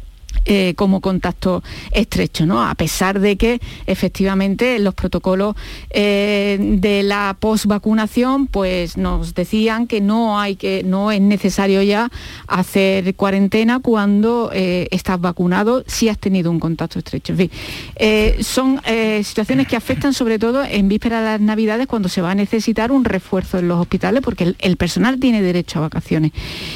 Eh, como contacto estrecho, ¿no? A pesar de que efectivamente los protocolos eh, de la posvacunación pues nos decían que no hay que no es necesario ya hacer cuarentena cuando eh, estás vacunado si has tenido un contacto estrecho. En fin, eh, son eh, situaciones que afectan sobre todo en vísperas de las Navidades, cuando se va a necesitar un refuerzo en los hospitales, porque el, el personal tiene derecho a vacaciones.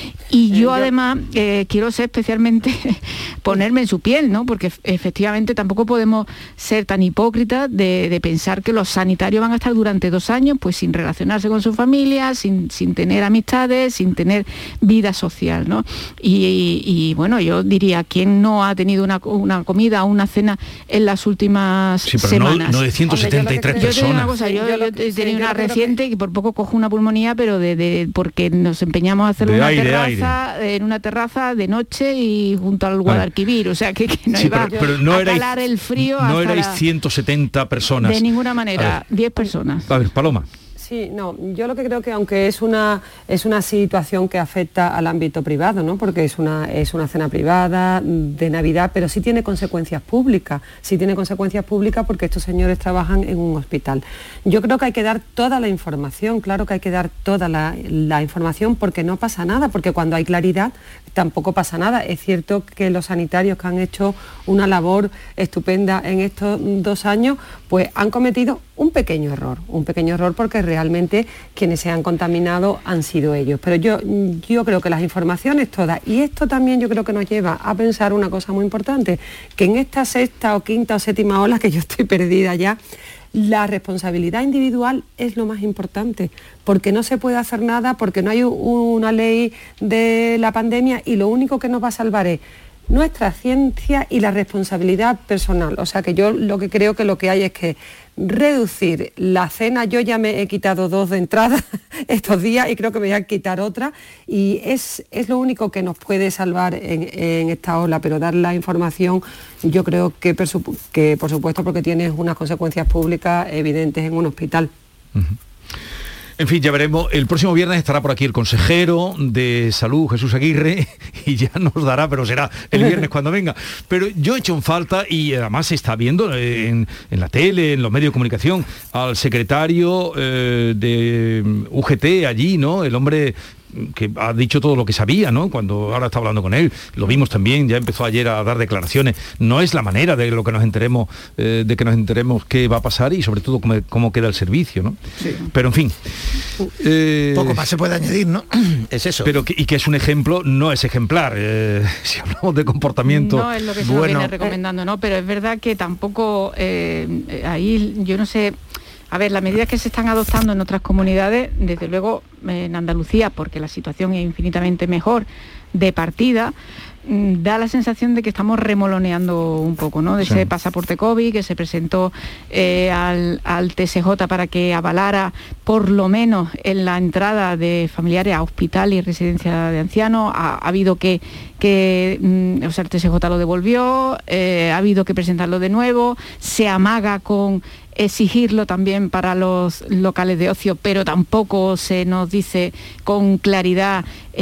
Y yo además eh, quiero ser especialmente ponerme en su piel, ¿no? Porque efectivamente tampoco podemos ser tan hipócritas de, de pensar que los sanitarios van a estar durante dos años pues sin relacionarse con su familia, sin, sin tener amistades, sin tener vida social, ¿no? Y, y, y bueno, yo diría, ¿quién no ha tenido una, una comida o una cena en las últimas sí, pero semanas? No, no de ciento setenta y tres Hombre, yo personas. Una cosa, yo, yo, yo he tenido sí, una reciente que... que por poco cojo una pulmonía, pero de, de porque nos empeñamos a hacer de una aire, terraza aire. en una terraza de noche y junto al Guadalquivir, o sea que, que no sí, iba pero, pero no a erais, calar el frío. No hasta erais la... ciento setenta personas. De ninguna manera, diez personas. A ver, Paloma. Sí, no, yo lo que creo que aunque es una es una situación que afecta al ámbito privado, ¿no? Porque es una es una cena privada de Navidad, pero sí tiene consecuencias públicas, sí tiene consecuencias públicas porque estos señores trabajan en un hospital. Yo creo que hay que dar toda la información, claro que hay que dar toda la, la información, porque no pasa nada, porque cuando hay claridad tampoco pasa nada. Es cierto que los sanitarios que han hecho una labor estupenda en estos dos años, pues han cometido un pequeño error, un pequeño error porque realmente quienes se han contaminado han sido ellos. Pero yo, yo creo que las informaciones todas, y esto también yo creo que nos lleva a pensar una cosa muy importante, que en esta sexta o quinta o séptima ola, que yo estoy perdida ya, la responsabilidad individual es lo más importante, porque no se puede hacer nada, porque no hay una ley de la pandemia y lo único que nos va a salvar es nuestra ciencia y la responsabilidad personal. O sea que yo lo que creo que lo que hay es que reducir la cena. Yo ya me he quitado dos de entrada estos días y creo que me voy a quitar otra, y es, es lo único que nos puede salvar en, en esta ola, pero dar la información yo creo que, que por supuesto porque tienes unas consecuencias públicas evidentes en un hospital. Uh-huh. En fin, ya veremos. El próximo viernes estará por aquí el consejero de Salud, Jesús Aguirre, y ya nos dará, pero será el viernes cuando venga. Pero yo he hecho en falta, y además se está viendo en, en la tele, en los medios de comunicación, al secretario eh, de U G T allí, ¿no? El hombre que ha dicho todo lo que sabía, ¿no? Cuando ahora está hablando con él, lo vimos también, ya empezó ayer a dar declaraciones. No es la manera de lo que nos enteremos, eh, de que nos enteremos qué va a pasar y sobre todo cómo, cómo queda el servicio, ¿no? Sí. Pero en fin. Eh, Poco más se puede añadir, ¿no? Es eso. Pero que, y que es un ejemplo, no es ejemplar. Eh, si hablamos de comportamiento. No es lo que se bueno, viene recomendando, ¿no? Pero es verdad que tampoco eh, ahí, yo no sé. A ver, las medidas que se están adoptando en otras comunidades, desde luego en Andalucía, porque la situación es infinitamente mejor de partida, mm, da la sensación de que estamos remoloneando un poco, ¿no? De Sí. ese pasaporte COVID que se presentó eh, al, al T S J para que avalara por lo menos en la entrada de familiares a hospital y residencia de ancianos. Ha, ha habido que, que mm, o sea, el T S J lo devolvió, eh, ha habido que presentarlo de nuevo, se amaga con exigirlo también para los locales de ocio, pero tampoco se nos dice con claridad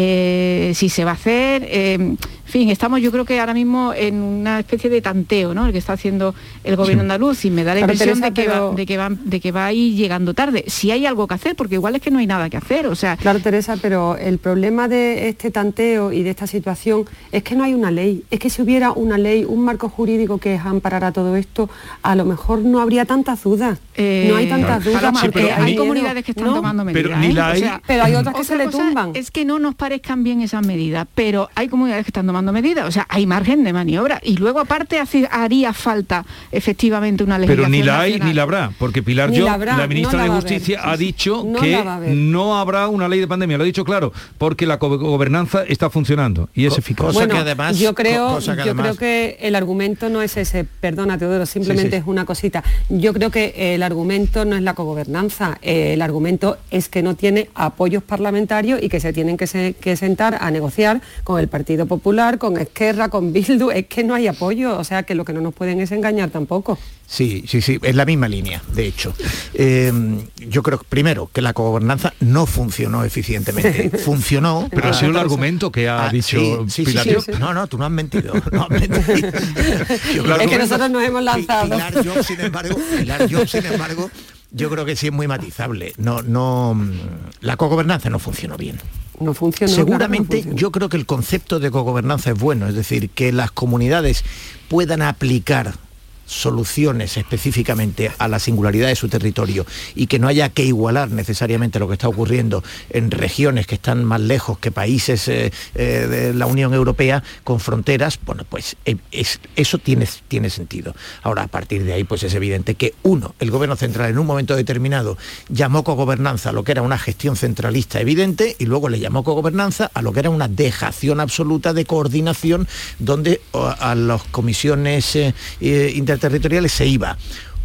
eh, si se va a hacer. Eh, en fin, estamos yo creo que ahora mismo en una especie de tanteo, ¿no? El que está haciendo el gobierno Sí. andaluz, y me da la Claro, impresión Teresa, de, que pero- va, de, que va, de que va a ir llegando tarde. Si hay algo que hacer, porque igual es que no hay nada que hacer, o sea... Claro, Teresa, pero el problema de este tanteo y de esta situación es que no hay una ley. Es que si hubiera una ley, un marco jurídico que amparara todo esto, a lo mejor no habría tantas dudas. Eh, no hay tantas Claro. dudas Paloma, porque pero hay hay miedo, comunidades que están ¿no? tomando medidas. Pero ni ¿eh? la O hay- sea, Pero hay otras que otra se le cosa tumban. Es que no nos parezcan bien esas medidas, pero hay comunidades que están tomando medidas, o sea, hay margen de maniobra. Y luego aparte hace- haría falta efectivamente una Pero legislación ni la hay nacional. ni la habrá, porque Pilar Ni Job, la la, habrá, ministra no la de va a Justicia, haber. ha dicho No que la va a haber. no habrá una ley de pandemia. Lo ha dicho claro, porque la co- gobernanza está funcionando y es eficaz. Bueno, yo creo, cosa que yo además- creo que el argumento no es ese, perdona Teodoro, simplemente Sí, sí. es una cosita. Yo creo que el argumento no es la cogobernanza, eh, el argumento es que no tiene apoyos parlamentarios y que se tienen que, se- que sentar a negociar con el Partido Popular, con Esquerra, con Bildu, es que no hay apoyo, o sea que lo que no nos pueden es engañar tampoco. Sí, sí, sí, es la misma línea, de hecho. Eh, yo creo, primero, que la cogobernanza no funcionó eficientemente. Funcionó... Pero ha sido el argumento que ha Ah, dicho sí, sí, Pilar sí, Job. sí. No, no, tú no has mentido. No has mentido. Yo creo Es que nosotros nos hemos lanzado. Pilar Job, sin embargo, Pilar Job, sin embargo, yo creo que sí es muy matizable. No, no, la cogobernanza no funcionó bien. No funcionó. Seguramente claro que no funcionó. yo creo que el concepto de cogobernanza es bueno, es decir, que las comunidades puedan aplicar soluciones específicamente a la singularidad de su territorio y que no haya que igualar necesariamente lo que está ocurriendo en regiones que están más lejos que países eh, eh, de la Unión Europea con fronteras, bueno, pues eh, es, eso tiene, tiene sentido. Ahora, a partir de ahí, pues es evidente que, uno, el gobierno central en un momento determinado llamó cogobernanza a lo que era una gestión centralista evidente y luego le llamó cogobernanza a lo que era una dejación absoluta de coordinación donde o, a las comisiones eh, eh, interterritoriales se iba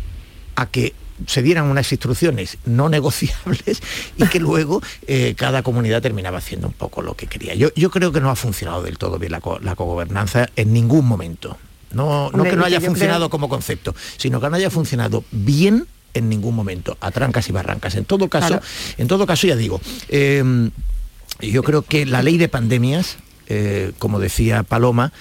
a que se dieran unas instrucciones no negociables y que luego eh, cada comunidad terminaba haciendo un poco lo que quería. Yo, yo creo que no ha funcionado del todo bien la, co- la cogobernanza en ningún momento. No, no Hombre, que no y haya que yo funcionado creo- como concepto, sino que no haya funcionado bien en ningún momento, a trancas y barrancas. En todo caso, Claro. en todo caso ya digo, eh, yo creo que la ley de pandemias, eh, como decía Paloma,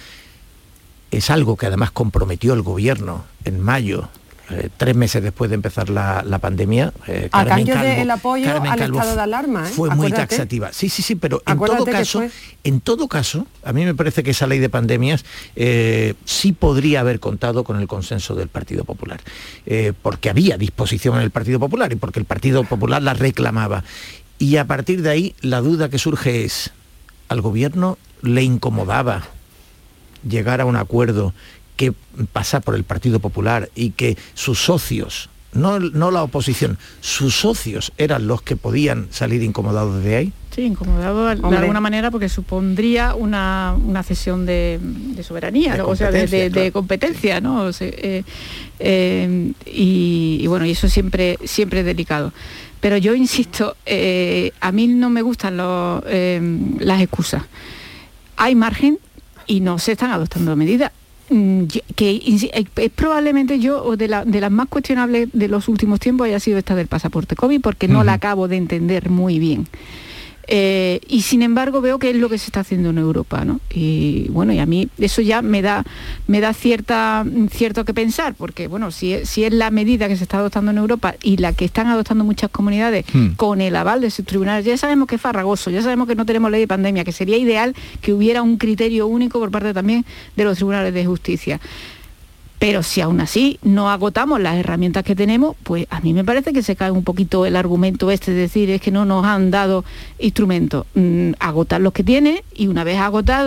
es algo que además comprometió el gobierno en mayo, eh, tres meses después de empezar la, la pandemia. eh, A Carmen cambio Calvo- del apoyo Carmen al Calvo estado fu- de alarma, ¿eh? Fue muy Acuérdate. taxativa. Sí, sí, sí, pero en Acuérdate todo que caso, fue- en todo caso, a mí me parece que esa ley de pandemias eh, sí podría haber contado con el consenso del Partido Popular, eh, porque había disposición en el Partido Popular y porque el Partido Popular la reclamaba. Y a partir de ahí, la duda que surge es, ¿al gobierno le incomodaba llegar a un acuerdo que pasa por el Partido Popular y que sus socios, no, no la oposición, sus socios eran los que podían salir incomodados de ahí? Sí, incomodado de Hombre. alguna manera porque supondría una, una cesión de, de soberanía, De ¿no? O sea, de, de- competencia, de claro. competencia, ¿no? O sea, eh, eh, y, y bueno, y eso siempre, siempre es delicado. Pero yo insisto, eh, a mí no me gustan los, eh, las excusas. Hay margen y no se están adoptando medidas. Mm, yo- que insi- eh, es probablemente yo o de, la- de las más cuestionables de los últimos tiempos haya sido esta del pasaporte COVID, porque no la acabo de entender muy bien. Eh, y sin embargo veo que es lo que se está haciendo en Europa, ¿no? Y bueno, y a mí eso ya me da me da cierta cierto que pensar, porque bueno, si es, si es la medida que se está adoptando en Europa y la que están adoptando muchas comunidades Hmm. con el aval de sus tribunales, ya sabemos que es farragoso, ya sabemos que no tenemos ley de pandemia, que sería ideal que hubiera un criterio único por parte también de los tribunales de justicia. Pero si aún así no agotamos las herramientas que tenemos, pues a mí me parece que se cae un poquito el argumento este, de decir, es que no nos han dado instrumentos. Mm, agotar los que tiene y una vez agotado,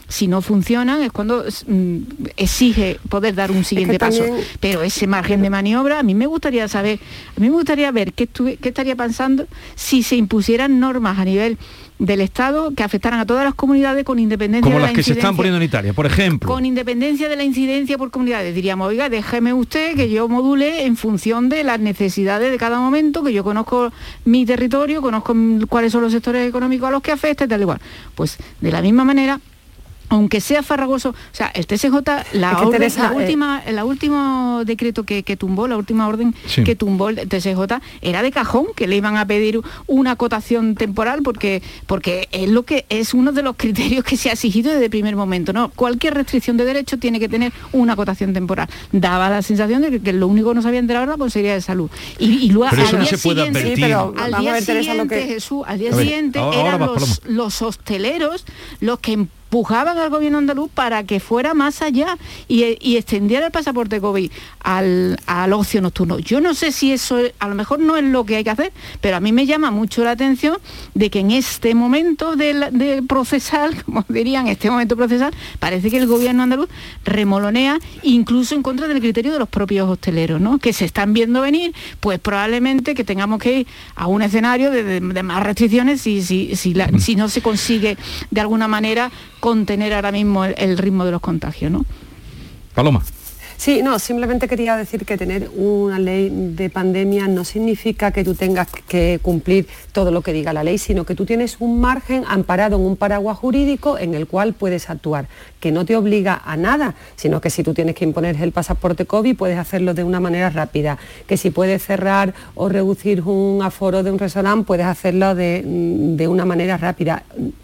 si no funcionan es cuando mm, exige poder dar un siguiente es que paso. también... Pero ese margen de maniobra, a mí me gustaría saber, a mí me gustaría ver qué, estuve, qué estaría pensando si se impusieran normas a nivel del Estado que afectaran a todas las comunidades con independencia como de la las que se están poniendo en Italia, por ejemplo. Con independencia de la incidencia por comunidades. Diríamos, oiga, déjeme usted que yo module en función de las necesidades de cada momento, que yo conozco mi territorio, conozco cuáles son los sectores económicos a los que afecta y tal igual. Pues de la misma manera, aunque sea farragoso, o sea, el T S J, la, es que orden, Teresa, la última, el último decreto que, que tumbó, la última orden sí. que tumbó el T S J, era de cajón, que le iban a pedir una acotación temporal, porque, porque es lo que es uno de los criterios que se ha exigido desde el primer momento, ¿no? Cualquier restricción de derecho tiene que tener una acotación temporal. Daba la sensación de que, que lo único que no se había enterado era la Consejería de Salud. Y, y luego pero al eso día no se puede siguiente, advertir. Sí, pero al día ver, Teresa, siguiente, lo que... Jesús, al día a ver, siguiente ahora, eran ahora los, los hosteleros los que empujaban al gobierno andaluz para que fuera más allá y, y extendiera el pasaporte COVID al, al ocio nocturno. Yo no sé si eso a lo mejor no es lo que hay que hacer, pero a mí me llama mucho la atención de que en este momento del, del procesal, como dirían, este momento procesal, parece que el gobierno andaluz remolonea incluso en contra del criterio de los propios hosteleros, ¿no? Que se están viendo venir, pues probablemente que tengamos que ir a un escenario de, de, de más restricciones si, si, si, la, si no se consigue de alguna manera contener ahora mismo el, el ritmo de los contagios, ¿no? Paloma. Sí, no, simplemente quería decir que tener una ley de pandemia no significa que tú tengas que cumplir todo lo que diga la ley, sino que tú tienes un margen amparado en un paraguas jurídico en el cual puedes actuar, que no te obliga a nada, sino que si tú tienes que imponer el pasaporte COVID puedes hacerlo de una manera rápida, que si puedes cerrar o reducir un aforo de un restaurante puedes hacerlo de, de una manera rápida.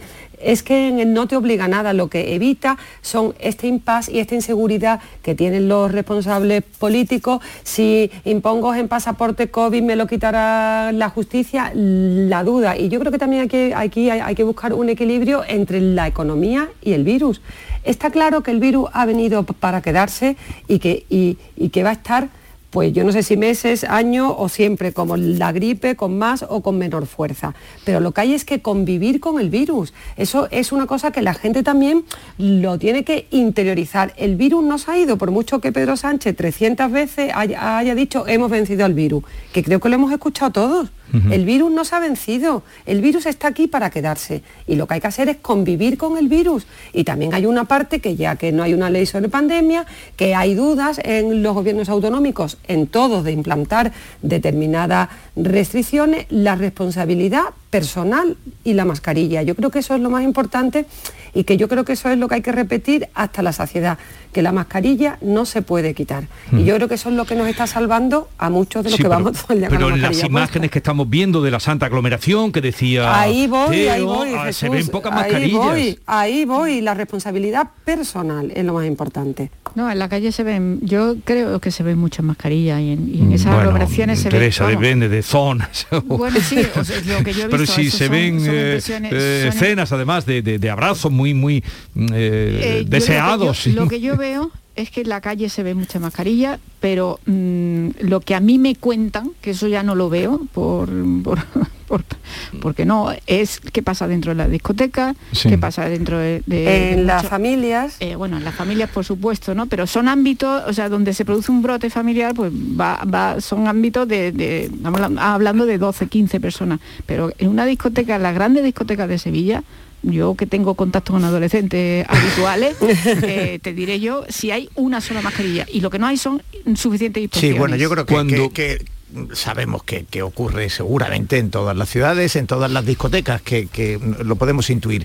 Es que no te obliga a nada, lo que evita son este impasse y esta inseguridad que tienen los responsables políticos. Si impongo en pasaporte COVID me lo quitará la justicia, la duda. Y yo creo que también aquí, aquí hay, hay que buscar un equilibrio entre la economía y el virus. Está claro que el virus ha venido para quedarse y que, y, y que va a estar, pues yo no sé si meses, años o siempre, como la gripe, con más o con menor fuerza. Pero lo que hay es que convivir con el virus. Eso es una cosa que la gente también lo tiene que interiorizar. El virus no se ha ido, por mucho que Pedro Sánchez trescientas veces haya, haya dicho hemos vencido al virus, que creo que lo hemos escuchado todos. Uh-huh. El virus no se ha vencido, el virus está aquí para quedarse y lo que hay que hacer es convivir con el virus. Y también hay una parte que ya que no hay una ley sobre pandemia, que hay dudas en los gobiernos autonómicos, en todos, de implantar determinadas restricciones, la responsabilidad personal y la mascarilla. Yo creo que eso es lo más importante y que yo creo que eso es lo que hay que repetir hasta la saciedad, que la mascarilla no se puede quitar. Mm. Y yo creo que eso es lo que nos está salvando a muchos de los sí, que pero, vamos todo el día pero con la en mascarilla las imágenes puesta. Que estamos viendo de la santa aglomeración que decía ahí voy, Teo, ahí voy, ah, Jesús, se ven pocas ahí mascarillas. Voy, ahí voy, la responsabilidad personal es lo más importante. No, en la calle se ven, yo creo que se ven muchas mascarillas y en, y en esas bueno, aglomeraciones se ven... Teresa, depende de zonas. Bueno, sí, o sea, lo que yo he visto, pero sí se son, ven son eh, eh, escenas además de, de, de abrazos muy, muy eh, eh, deseados. Lo que, yo, lo que yo veo es que en la calle se ven muchas mascarillas, pero mmm, lo que a mí me cuentan, que eso ya no lo veo por... por Por, porque no, es qué pasa dentro de la discoteca, sí. qué pasa dentro de... de en de las mucho, familias. Eh, bueno, en las familias, por supuesto, ¿no? Pero son ámbitos, o sea, donde se produce un brote familiar, pues va, va son ámbitos de, de, estamos hablando de doce, quince personas. Pero en una discoteca, en las grandes discotecas de Sevilla, yo que tengo contacto con adolescentes habituales, eh, te diré yo si hay una sola mascarilla. Y lo que no hay son suficientes inspecciones. Sí, bueno, yo creo que... Cuando... que, que... sabemos que, que ocurre seguramente en todas las ciudades, en todas las discotecas, que, que lo podemos intuir.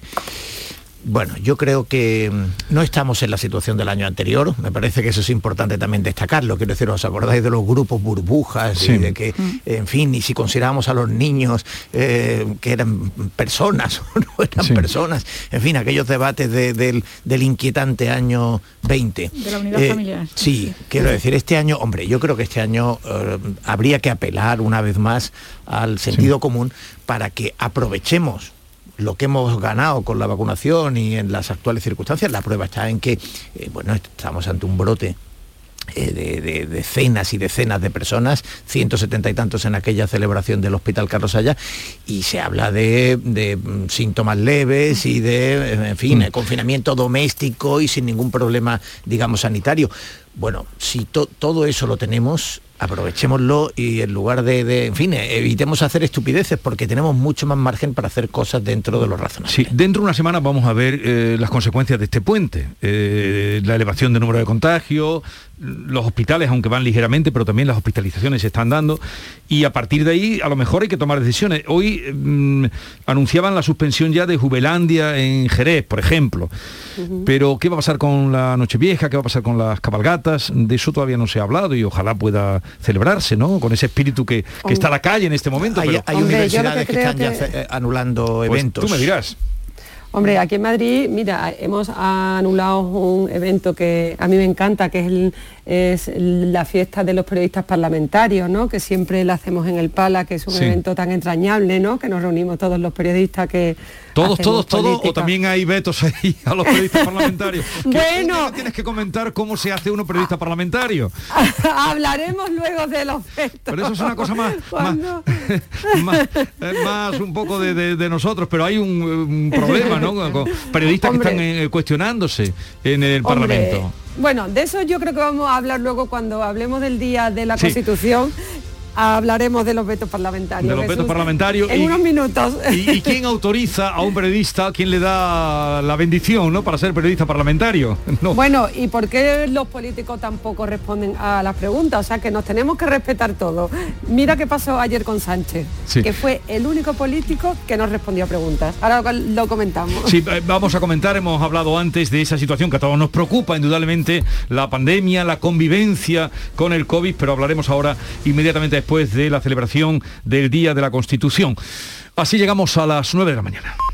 Bueno, yo creo que no estamos en la situación del año anterior, me parece que eso es importante también destacarlo, quiero decir, ¿os acordáis de los grupos burbujas? Sí. Y de que, en fin, y si consideramos a los niños eh, que eran personas o no eran sí. personas, en fin, aquellos debates de, de, del inquietante año veinte. De la unidad eh, familiar. Sí, sí, quiero decir, este año, hombre, yo creo que este año eh, habría que apelar una vez más al sentido sí. común para que aprovechemos lo que hemos ganado con la vacunación y en las actuales circunstancias. La prueba está en que, eh, bueno, estamos ante un brote eh, de, de decenas y decenas de personas, ciento setenta y tantos en aquella celebración del Hospital Carlos Haya, y se habla de, de síntomas leves y de, en fin, mm. confinamiento doméstico y sin ningún problema, digamos, sanitario. Bueno, si to, todo eso lo tenemos, aprovechémoslo y en lugar de, de, en fin, evitemos hacer estupideces porque tenemos mucho más margen para hacer cosas dentro de lo razonable. Sí, dentro de una semana vamos a ver eh, las consecuencias de este puente, eh, la elevación del número de contagios, los hospitales, aunque van ligeramente, pero también las hospitalizaciones se están dando, y a partir de ahí a lo mejor hay que tomar decisiones. Hoy eh, anunciaban la suspensión ya de Jubelandia en Jerez, por ejemplo, uh-huh. pero ¿qué va a pasar con la Nochevieja? ¿Qué va a pasar con las cabalgatas? De eso todavía no se ha hablado y ojalá pueda celebrarse, ¿no? Con ese espíritu que, que está a la calle en este momento. Hay, pero... hay Hombre, universidades que, que están que... ya anulando pues eventos. Tú me dirás. Hombre, aquí en Madrid, mira, hemos anulado un evento que a mí me encanta, que es, el, es la fiesta de los periodistas parlamentarios, ¿no? Que siempre la hacemos en el Pala, que es un sí. evento tan entrañable, ¿no? Que nos reunimos todos los periodistas que... Todos, todos, todos, o también hay vetos ahí a los periodistas parlamentarios. Bueno... Tienes que comentar cómo se hace uno periodista parlamentario. Hablaremos luego de los vetos. Pero eso es una cosa más, más, más, más un poco de, de, de nosotros, pero hay un, un problema, ¿no? Con periodistas Hombre. que están eh, cuestionándose en el Hombre. Parlamento. Bueno, de eso yo creo que vamos a hablar luego cuando hablemos del Día de la sí. Constitución. Hablaremos de los vetos parlamentarios. De los vetos Jesús, parlamentarios. En y, unos minutos. ¿Y, ¿Y quién autoriza a un periodista, quién le da la bendición, ¿no? Para ser periodista parlamentario? No. Bueno, ¿y por qué los políticos tampoco responden a las preguntas? O sea, que nos tenemos que respetar todo. Mira qué pasó ayer con Sánchez, sí. que fue el único político que no respondió a preguntas. Ahora lo comentamos. Sí, vamos a comentar, hemos hablado antes de esa situación que a todos nos preocupa, indudablemente, la pandemia, la convivencia con el COVID, pero hablaremos ahora inmediatamente después de la celebración del Día de la Constitución. Así llegamos a las nueve de la mañana.